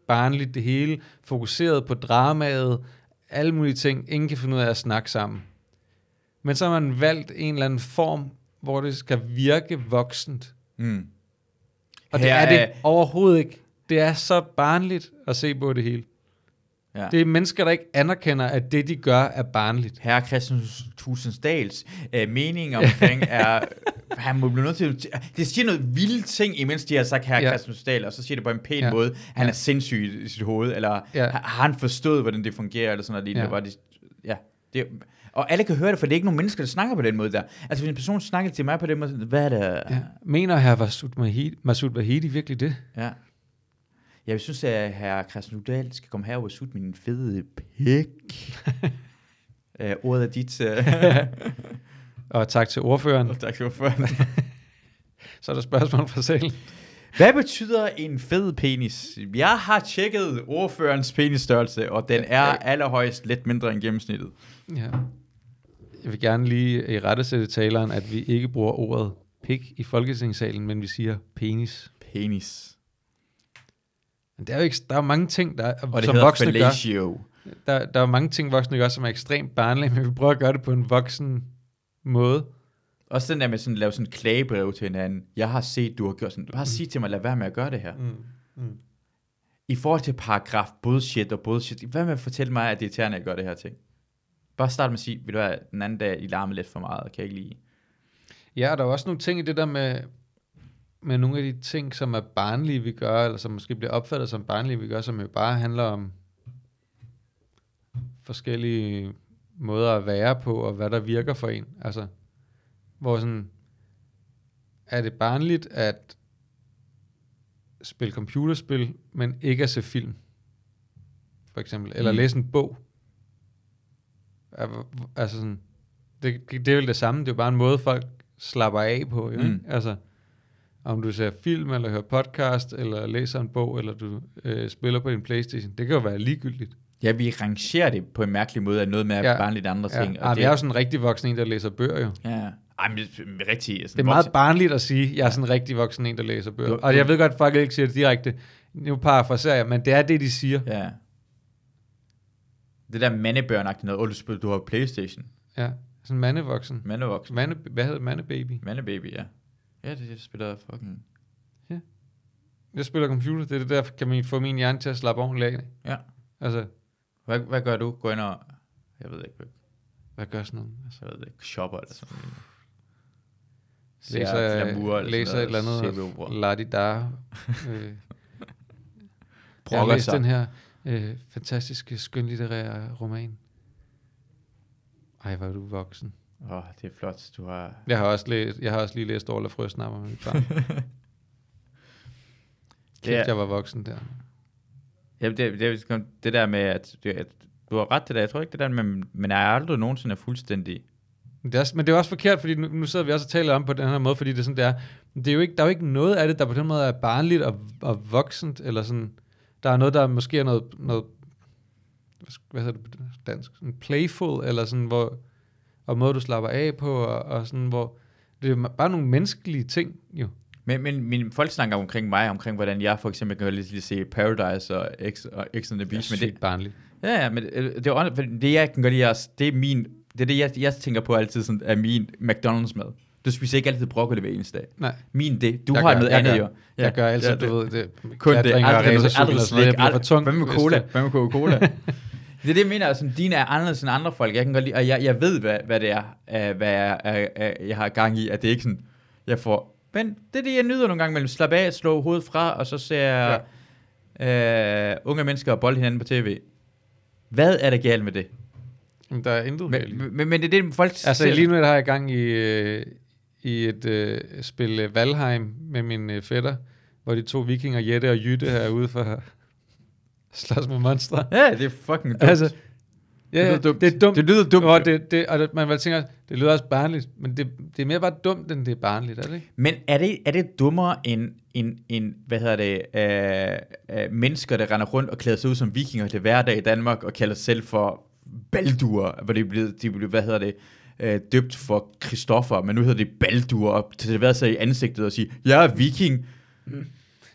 barnligt det hele, fokuseret på dramaet, alle mulige ting, ingen kan finde ud af at snakke sammen. Men så har man valgt en eller anden form, hvor det skal virke voksent. Mm. Og det er det overhovedet ikke. Det er så barnligt at se på det hele. Ja. Det er mennesker, der ikke anerkender, at det, de gør, er barnligt. Herre Christian Tusindsdals mening omkring er, han må blive nødt til, det siger noget vilde ting, imens de har sagt herre Christian Tusindsdal, og så siger det på en pæn måde, han er sindssyg i sit hoved, eller har han forstået, hvordan det fungerer, eller sådan noget lignende. Det, og alle kan høre det, for det er ikke nogen mennesker, der snakker på den måde der. Altså hvis en person snakker til mig på den måde, hvad er det? Ja. Mener herre Masoud Vahedi virkelig det? Ja. Jeg synes, at herre Christian Tusindsdal skal komme herover og sutte min fede pik. Ordet er dit. Og tak til ordføreren. Tak til ordføreren. Så er der spørgsmål fra salen. Hvad betyder en fed penis? Jeg har tjekket ordførerens penisstørrelse, og den er allerhøjst lidt mindre end gennemsnittet. Ja. Jeg vil gerne lige i rettesætte taleren, at vi ikke bruger ordet pik i Folketingssalen, men vi siger penis. Penis. Men der er jo ikke, der er mange ting, der og det som voksne fellatio. gør. Der er mange ting, voksne gør, som er ekstremt barnlige, men vi prøver at gøre det på en voksen måde. Også den der med sådan at lave sådan en klagebrev til hinanden. Jeg har set, du har gjort sådan. Bare sig til mig, lad være med at gøre det her. I forhold til paragraf bullshit og bullshit. Hvad med at fortælle mig, at det er irriterende, at jeg gør det her ting? Bare start med at sige, ved du hvad, den anden dag, I larmer lidt for meget, kan jeg ikke lide. Ja, og der er også nogle ting i det der med nogle af de ting, som er barnlige, vi gør, eller som måske bliver opfattet som barnlige, vi gør, som jo bare handler om forskellige måder at være på, og hvad der virker for en. Altså, hvor sådan, er det barnligt at spille computerspil, men ikke at se film, for eksempel, eller læse en bog. Altså sådan, det er vel det samme, det er jo bare en måde, folk slapper af på, jo, ikke? Altså, om du ser film, eller hører podcast, eller læser en bog, eller du spiller på din PlayStation, det kan jo være ligegyldigt. Ja, vi rangerer det på en mærkelig måde, at noget med at barnligt andre ting. Og det er jo sådan en rigtig voksen en, der læser bøger jo. Ja. Ej, men rigtig, det er meget barnligt at sige, at jeg er sådan en rigtig voksen en, der læser bøger. Og jeg ved godt, at folk ikke siger det direkte. Nu parafraserer jeg, men det er det, de siger. Ja. Det der mandebørnagtigt noget, du har PlayStation. Ja, sådan mandevoksen. Mandevoksen. Hvad hedder mandebaby? Mandebaby, ja. Ja, det spiller fucking... Ja. Jeg spiller computer, det er det der, kan man få min hjerne til at slappe ordentligt af. Ja. Altså... Hvad gør du? Gå ind og... Jeg ved ikke. Hvad gør sådan noget? Altså, jeg ved ikke. Shopper eller sådan noget. Læser et eller andet la-di-da. Jeg har læst den her fantastiske, skønlitterære roman. Ej, hvor er du voksen. Det er flot, du har... Jeg har også lige læst Orla Frøsnapper med mit barn. Jeg var voksen der. Ja, det der med, at du har ret til det. Jeg tror ikke det der med, men jeg er aldrig nogensinde fuldstændig... Men det er også forkert, fordi nu sidder vi også og taler om på den her måde, fordi det er sådan, det er jo ikke, der er jo ikke noget af det, der på den måde er barnligt og voksent, eller sådan, der er noget, der måske er noget hvad hedder det på dansk, sådan playful, eller sådan, og måde, du slapper af på, og sådan, hvor det er bare nogle menneskelige ting, jo. Men folk snakker omkring mig, omkring hvordan jeg for eksempel kan lige se Paradise og X on the Beach. Det er sygt barnligt. Ja, men det jeg kan godt lide, det er det, jeg tænker på altid, sådan, er min McDonald's-mad. Du spiser ikke altid broccoli hver eneste dag. Nej. Du har noget andet, jo. Jeg gør altid, du ved, det. Kun det. Aldrig slik. Jeg bliver for tung. Hvad med Coca-Cola? Det er det, jeg mener, altså, dine er anderledes end andre folk. Jeg kan godt lide, og jeg ved, hvad det er, hvad jeg har gang i, at det ikke sådan, jeg får... Men det er det, jeg nyder nogle gange mellem. Slap af, slå hovedet fra, og så ser jeg unge mennesker og bold hinanden på tv. Hvad er der galt med det? Der er intet galt. Men det er det, folk altså lige nu har jeg gang i et spil Valheim med min fætter, hvor de 2 vikinger, Jette og Jytte, er ude for at slås med monstre. Ja, det er fucking dumt. Altså, ja, det er dumt. Det lyder dumt. Og man vil tænke, det lyder også barnligt, men det er mere bare dumt, end det er barnligt, er det ikke? Men er det dummere end hvad hedder det, mennesker, der render rundt og klæder sig ud som vikinger til hverdag i Danmark, og kalder sig selv for Baldur, hvor de blev hvad hedder det, døbt for Christoffer, men nu hedder det Baldur, og til det været sig i ansigtet og sige, jeg er viking.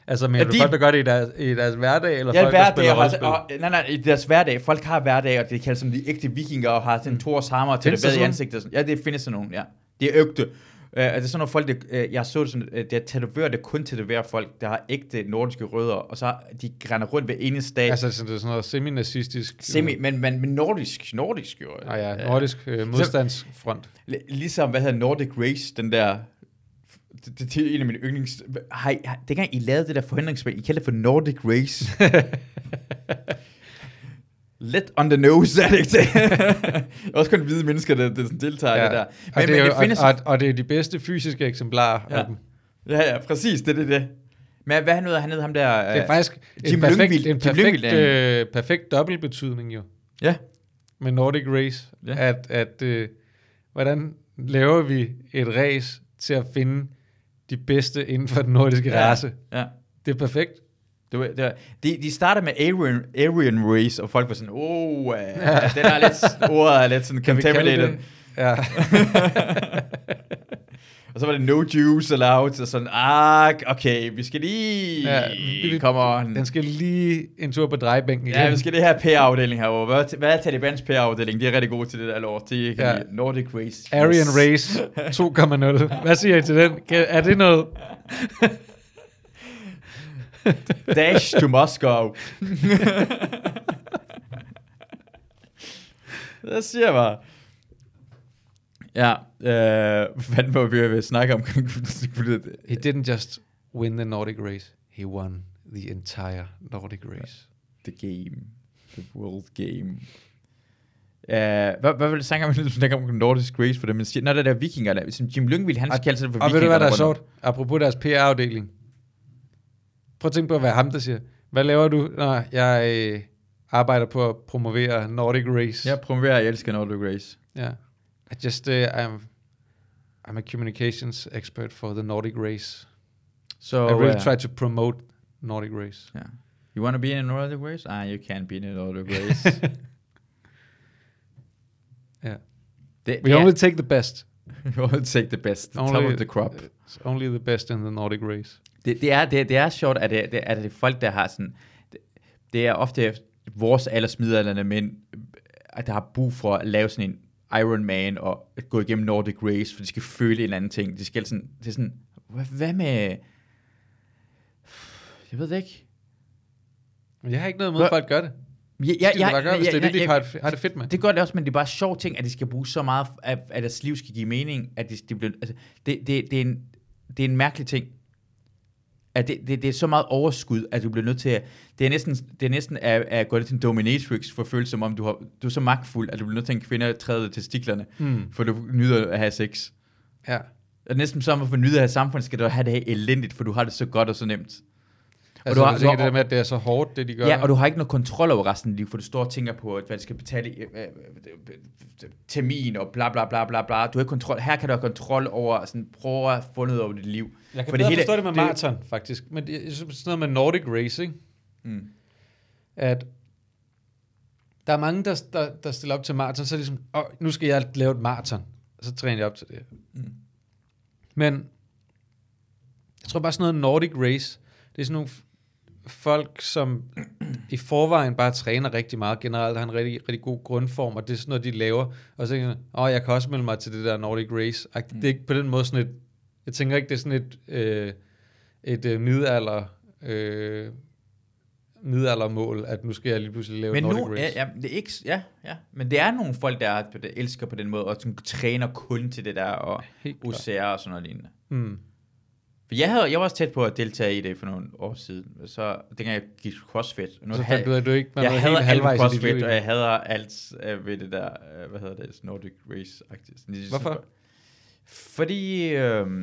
Altså, men du folk, der gør det i deres hverdag, eller ja, folk, hverdag, der spiller nej, i deres hverdag. Folk har hverdag, og det kaldes som de ægte vikinger, og har sådan en Thors hammer til det bedre i ansigtet. Ja, det findes sådan nogle, ja. Det er ægte. Det er sådan nogle folk, jeg så det sådan, det er tatovører, det kun tatoverer folk, der har ægte nordiske rødder, og så de grænder rundt ved eneste dag. Altså, det er sådan noget semi-nazistisk. Men nordisk jo. Nordisk modstandsfront. Ligesom, hvad hedder Nordic Race, den der... Det er en af mine yndlings... Dengang I lavede det der forhindringsspil, I kaldte det for Nordic Race. Let on the nose, er det ikke det? Også kun hvide mennesker, der deltager i det der. Og det er de bedste fysiske eksemplarer af dem. Ja, præcis, det er det. Men hvad han hed ham der... Det er faktisk en perfekt dobbeltbetydning jo. Ja. Med Nordic Race. Ja. Hvordan laver vi et race til at finde de bedste inden for den nordiske race? Ja. Det er perfekt. De starter med Aryan Race, og folk var sådan, den er lidt, ordet er lidt sådan contaminated. Ja. Og så var det no juice allowed, og sådan, okay, vi skal lige komme on. Den skal lige en tur på drejebænken igen. Ja, vi skal det her PR-afdeling herovre. Hvad er Talibans PR-afdeling? De er rigtig gode til det der lort. Det er Nordic Race. Aryan Race 2.0. Hvad siger I til den? Er det noget... Dash to Moscow. Det siger jeg bare. Ja, hvad var vi ved snakke om? He didn't just win the Nordic Race. He won the entire Nordic Race. The game. The world game. Hvad vil du snakke om Nordic Race for dem? Når det der vikinger, der, som Jim Lyngvild, han kalder sig for vikinger. Og ved du hvad der er sjovt? Apropos deres PR-afdeling. Prøv at tænke på, hvad ham der siger. Hvad laver du? Nå, jeg arbejder på at promovere Nordic Race. Jeg promoverer, jeg elsker Nordic Race. Ja. I'm a communications expert for the Nordic Race. So I really try to promote Nordic Race. Yeah. You want to be in a Nordic Race? You can't be in a Nordic Race. Yeah. We only take the best. We only take the best. The top of the crop. It's only the best in the Nordic Race. Det er sjovt, at det er folk, der har sådan... Det er ofte vores aldersmiddelaldrende mænd, der har brug for at lave sådan en Iron Man og gå igennem Nordic Race, for de skal føle en eller anden ting. De skal sådan... Det er sådan... Hvad med... Jeg ved det ikke. Jeg har ikke noget mod, at folk gør det. Hvis det er det, de har det fedt med. Det gør det også, men det er bare sjov ting, at de skal bruge så meget, at deres liv skal give mening, at de bliver... Altså, det er en mærkelig ting. At det er så meget overskud, at du bliver nødt til at... Det er næsten at gå til en dominatrix for at føle som om, du er så magtfuld, at du bliver nødt til en kvinde at træde til stiklerne, for du nyder at have sex. Ja. Og næsten som at for nyder at have samfund, skal du have det her elendigt, for du har det så godt og så nemt. Altså, og du tænker det med, at det er så hårdt, det de gør? Ja, og du har ikke noget kontrol over resten af livet, for du står og tænker på, hvad du skal betale termin og bla bla bla bla bla. Du har ikke kontrol. Her kan du have kontrol over, sådan, prøve at få noget over dit liv. Jeg kan bedre forstå det med maraton, faktisk. Men jeg synes sådan noget med Nordic Racing, at der er mange, der stiller op til maraton, så er det ligesom, nu skal jeg lave et maraton, og så træner jeg op til det. Men jeg tror bare sådan noget Nordic Race, det er sådan nogle folk, som i forvejen bare træner rigtig meget, generelt har en rigtig, rigtig god grundform, og det er sådan noget, de laver, og så tænker jeg, jeg kan også melde mig til det der Nordic Race. Det er ikke på den måde sådan et, jeg tænker ikke, det er sådan et middelaldermål, at nu skal jeg lige pludselig lave Nordic Race. Det er ikke, men det er nogle folk, der elsker på den måde, og som træner kun til det der, og OCR og sådan noget lignende. For jeg var også tæt på at deltage i det for nogle år siden, så dengang jeg gik CrossFit. Nu så fandt du ikke, man jeg havde alt CrossFit, og jeg hader alt ved det der, hvad hedder det, Nordic Race-agtigt. Hvorfor? Fordi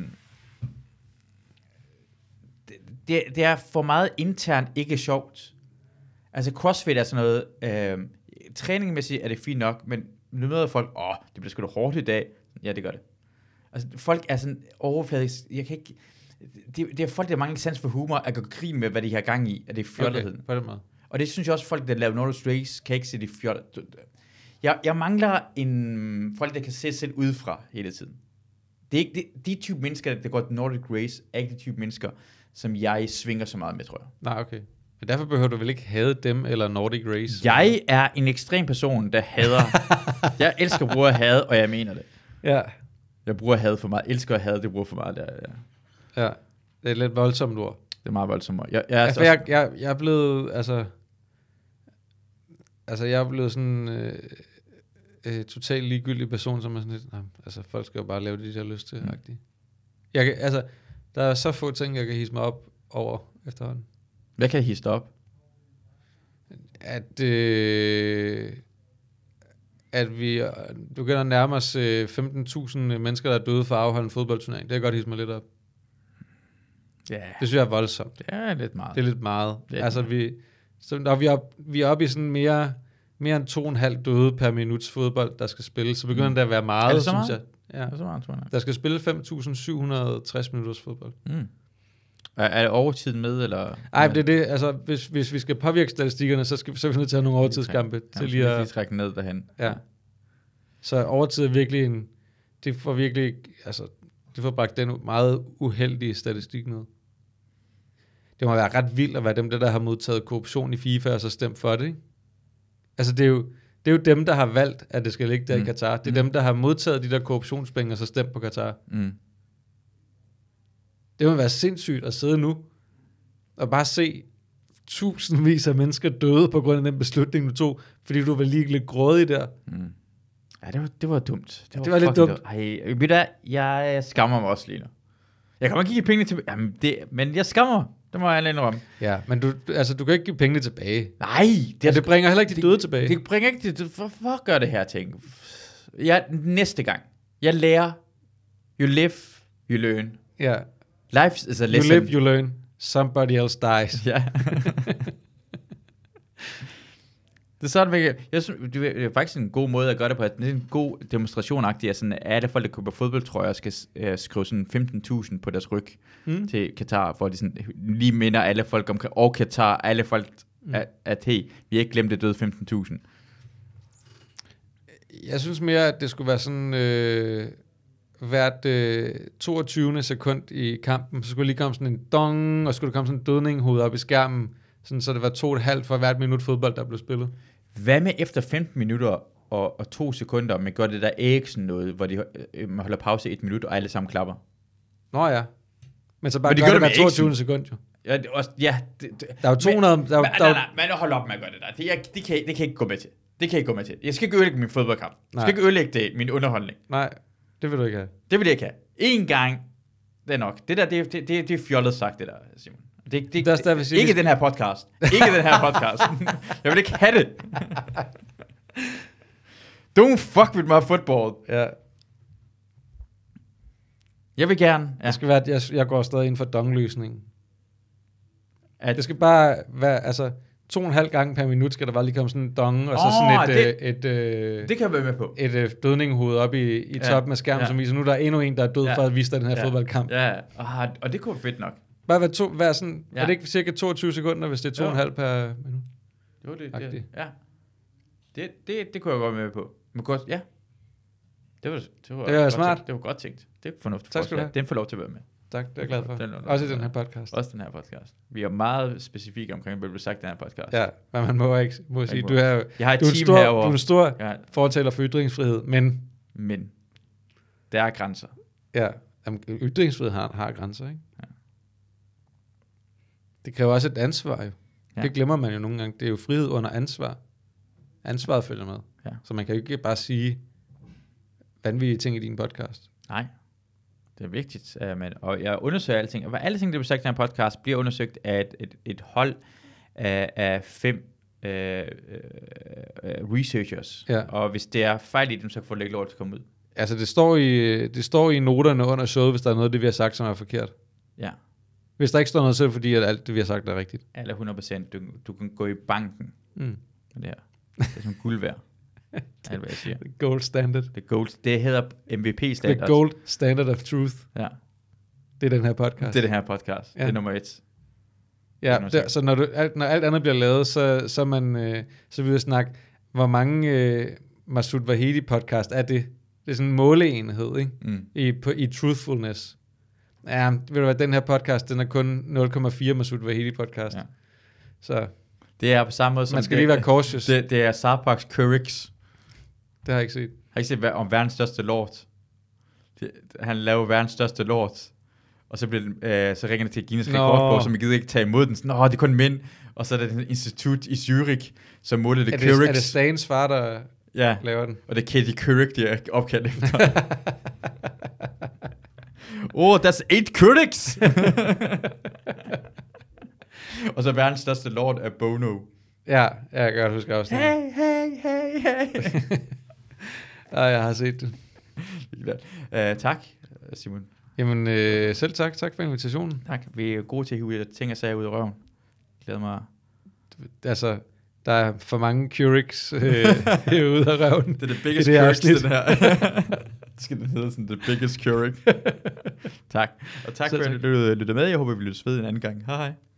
det er for meget internt ikke sjovt. Altså CrossFit er sådan noget, træningsmæssigt er det fint nok, men nu møder folk, det bliver sgu da hårdt i dag. Ja, det gør det. Altså folk er sådan overfladisk, jeg kan ikke... Det er folk, der mangler sans for humor, at gå grin med, hvad de har gang i, at det er fjolletheden. Okay, på den måde. Og det synes jeg også, folk, der laver Nordic Race, kan ikke se det fjollet. Jeg mangler folk, der kan se selv udefra hele tiden. Det er ikke de type mennesker, der går til Nordic Race, er ikke de type mennesker, som jeg svinger så meget med, tror jeg. Nej, okay. Men derfor behøver du vel ikke hade dem eller Nordic Race? Jeg er en ekstrem person, der hader. Jeg elsker at bruge had, og jeg mener det. Ja. Jeg bruger had for meget. Jeg elsker at have det, bruger for meget. Ja. Det er et lidt voldsomt ord. Det er meget voldsomt. Jeg er blevet, jeg er blevet sådan totalt ligegyldig person, som er sådan lidt, folk skal jo bare lave det, de har lyst til. Der er så få ting, jeg kan hisse mig op over efterhånden. Hvad kan jeg hisse op? At vi begynder at nærme os 15.000 mennesker, der er døde for at afholde en fodboldturnering. Det kan godt hisse mig lidt op. Ja. Yeah. Det synes jeg er voldsomt. Det er lidt meget. Det er lidt meget. Når vi er oppe i sådan mere end 2,5 døde per minuts fodbold, der skal spille, så begynder det at være meget, er det så synes meget? jeg. Ja. Er det så meget, der skal spille 5.760 minutters fodbold. Mm. Er det overtiden med, eller? Nej, det er det. Altså, hvis vi skal påvirke statistikkerne, så er vi nødt til at have nogle overtidskampe. Til lige at trække ned derhen. Ja. Så overtid er virkelig det får bragt den meget uheldige statistik ned. Det må være ret vildt at være dem, der har modtaget korruption i FIFA, og så stemt for det, ikke? Altså, det er jo dem, der har valgt, at det skal ligge der i Katar. Det er dem, der har modtaget de der korruptionspenge, og så stemt på Katar. Mm. Det må være sindssygt at sidde nu, og bare se tusindvis af mennesker døde på grund af den beslutning, du tog, fordi du var lige lidt grådig der. Mm. Ja, det var dumt. Det var lidt dumt. Ej, ved du, jeg skammer mig også lige nu. Jeg kommer ikke give penge til... men jeg skammer. Det må jeg indrømme. Ja, men du kan ikke give pengene tilbage. Nej. Det bringer heller ikke de døde tilbage. Det bringer ikke de døde. Hvorfor gør det her ting? Næste gang. Jeg lærer. You live, you learn. Ja. Life is a lesson. You live, you learn. Somebody else dies. Ja. Det er sådan, det er faktisk en god måde at gøre det på. Det er en god demonstration-agtig, at sådan, alle folk, der køber fodboldtrøjer, skal skrive sådan 15.000 på deres ryg til Katar, for de sådan, lige minder alle folk omkring, og Katar, alle folk, at hey, vi har ikke glemt det døde 15.000. Jeg synes mere, at det skulle være sådan, hvert 22. sekund i kampen, så skulle lige komme sådan en dong, og skulle der komme sådan en dødning op i skærmen, sådan, så det var 2,5 for hvert minut fodbold, der blev spillet. Hvad med efter 15 minutter og 2 sekunder, man gør det der Eriksen noget, hvor de holder pause i 1 minut, og alle sammen klapper? Nå ja. Men så bare gør det hver 22. sekund, jo. Ja, der er jo 200... Men hold op med at gøre det der. Det kan jeg ikke gå med til. Det kan jeg ikke gå med til. Jeg skal ikke ødelægge min fodboldkamp. Jeg skal ikke ødelægge min underholdning. Nej, det vil du ikke have. Det vil jeg ikke have. En gang, det er nok. Det der, det er fjollet sagt, det der, Simon. Ikke den her podcast. Ikke den her podcast. Jeg vil ikke have det. Don't fuck with my football. Ja. Jeg vil gerne. Ja. Jeg går stadig ind for dongløsningen. Det skal bare være, altså 2,5 gange per minut skal der bare lige komme sådan en dong, og så sådan et det kan jeg være med på. Et dødningehoved op i toppen af skærmen, som viser, nu der er endnu en, der er død for at vise den her fodboldkamp. Ja, og det kunne være fedt nok. Bare være sådan, er det ikke cirka 22 sekunder, hvis det er 2,5 per minut? Jo, det kunne jeg godt være med på. Men godt, ja. Det var smart. Det var godt tænkt. Det er fornuftigt. Tak skal du have. Den får lov til at være med. Tak, det er jeg glad for. Også i den her podcast. Også den her podcast. Vi er meget specifikke omkring, hvad du har sagt i den her podcast. Ja, men man må sige, jeg har et team herovre. Du er en stor fortaler for ytringsfrihed, men der er grænser. Ja, ytringsfrihed har grænser, ikke? Ja. Det kræver også et ansvar, jo. Ja. Det glemmer man jo nogle gange. Det er jo frihed under ansvar. Ansvaret følger med. Ja. Så man kan jo ikke bare sige vanvittige ting i din podcast. Nej. Det er vigtigt, og jeg undersøger alting. Og alle ting, der bliver sagt i den her podcast, bliver undersøgt af et hold af 5 researchers. Ja. Og hvis det er fejl i dem, så får det ikke lov til at komme ud. Altså, det står i noterne under showet, hvis der er noget, det vi har sagt, som er forkert. Ja. Hvis der ikke står noget, så er det fordi, at alt det, vi har sagt, er rigtigt. Eller 100%. Du kan gå i banken med det her. Det er som guld værd. Alt, hvad jeg siger. The gold standard. Det hedder MVP standard. The gold standard of truth. Ja. Det er den her podcast. Det er den her podcast. Ja. Det er nummer 1. Ja, så når alt andet bliver lavet, så vil vi snakke, hvor mange Masoud Vahedi podcast er det? Det er sådan en måleenhed, ikke? I truthfulness. Ja, ved du hvad, den her podcast, den er kun 0,4 Masoud Vahedi podcast. Ja. Så Det er på samme måde som... man skal lige være cautious. Det er Starbucks Currix. Det har jeg ikke set. Har I ikke set om verdens største lort? Han laver verdens største lort. Og så, så ringer det til Guinness Rekordbog, som gider ikke tage imod den. Nå, det er kun mænd. Og så er der et institut i Zürich, som måler det Currix. Er det Stans far, der laver den? Og det er Katie Couric, de er opkaldt efter. That's 8 Currix! Og så verdens største lord er Bono. Ja, jeg kan godt huske også. Hey. Ja, jeg har set det. Tak, Simon. Jamen, selv tak. Tak for invitationen. Tak. Vi er gode til at hive ting og sager ud i røven. Glæder mig. Altså, der er for mange Currix ude af røven. Det er det biggest Currix, den her. Det skal den hedde sådan, the biggest Currix. Tak. Og tak for, at du lyttede med. Jeg håber, vi lyttes ved en anden gang. Hej hej.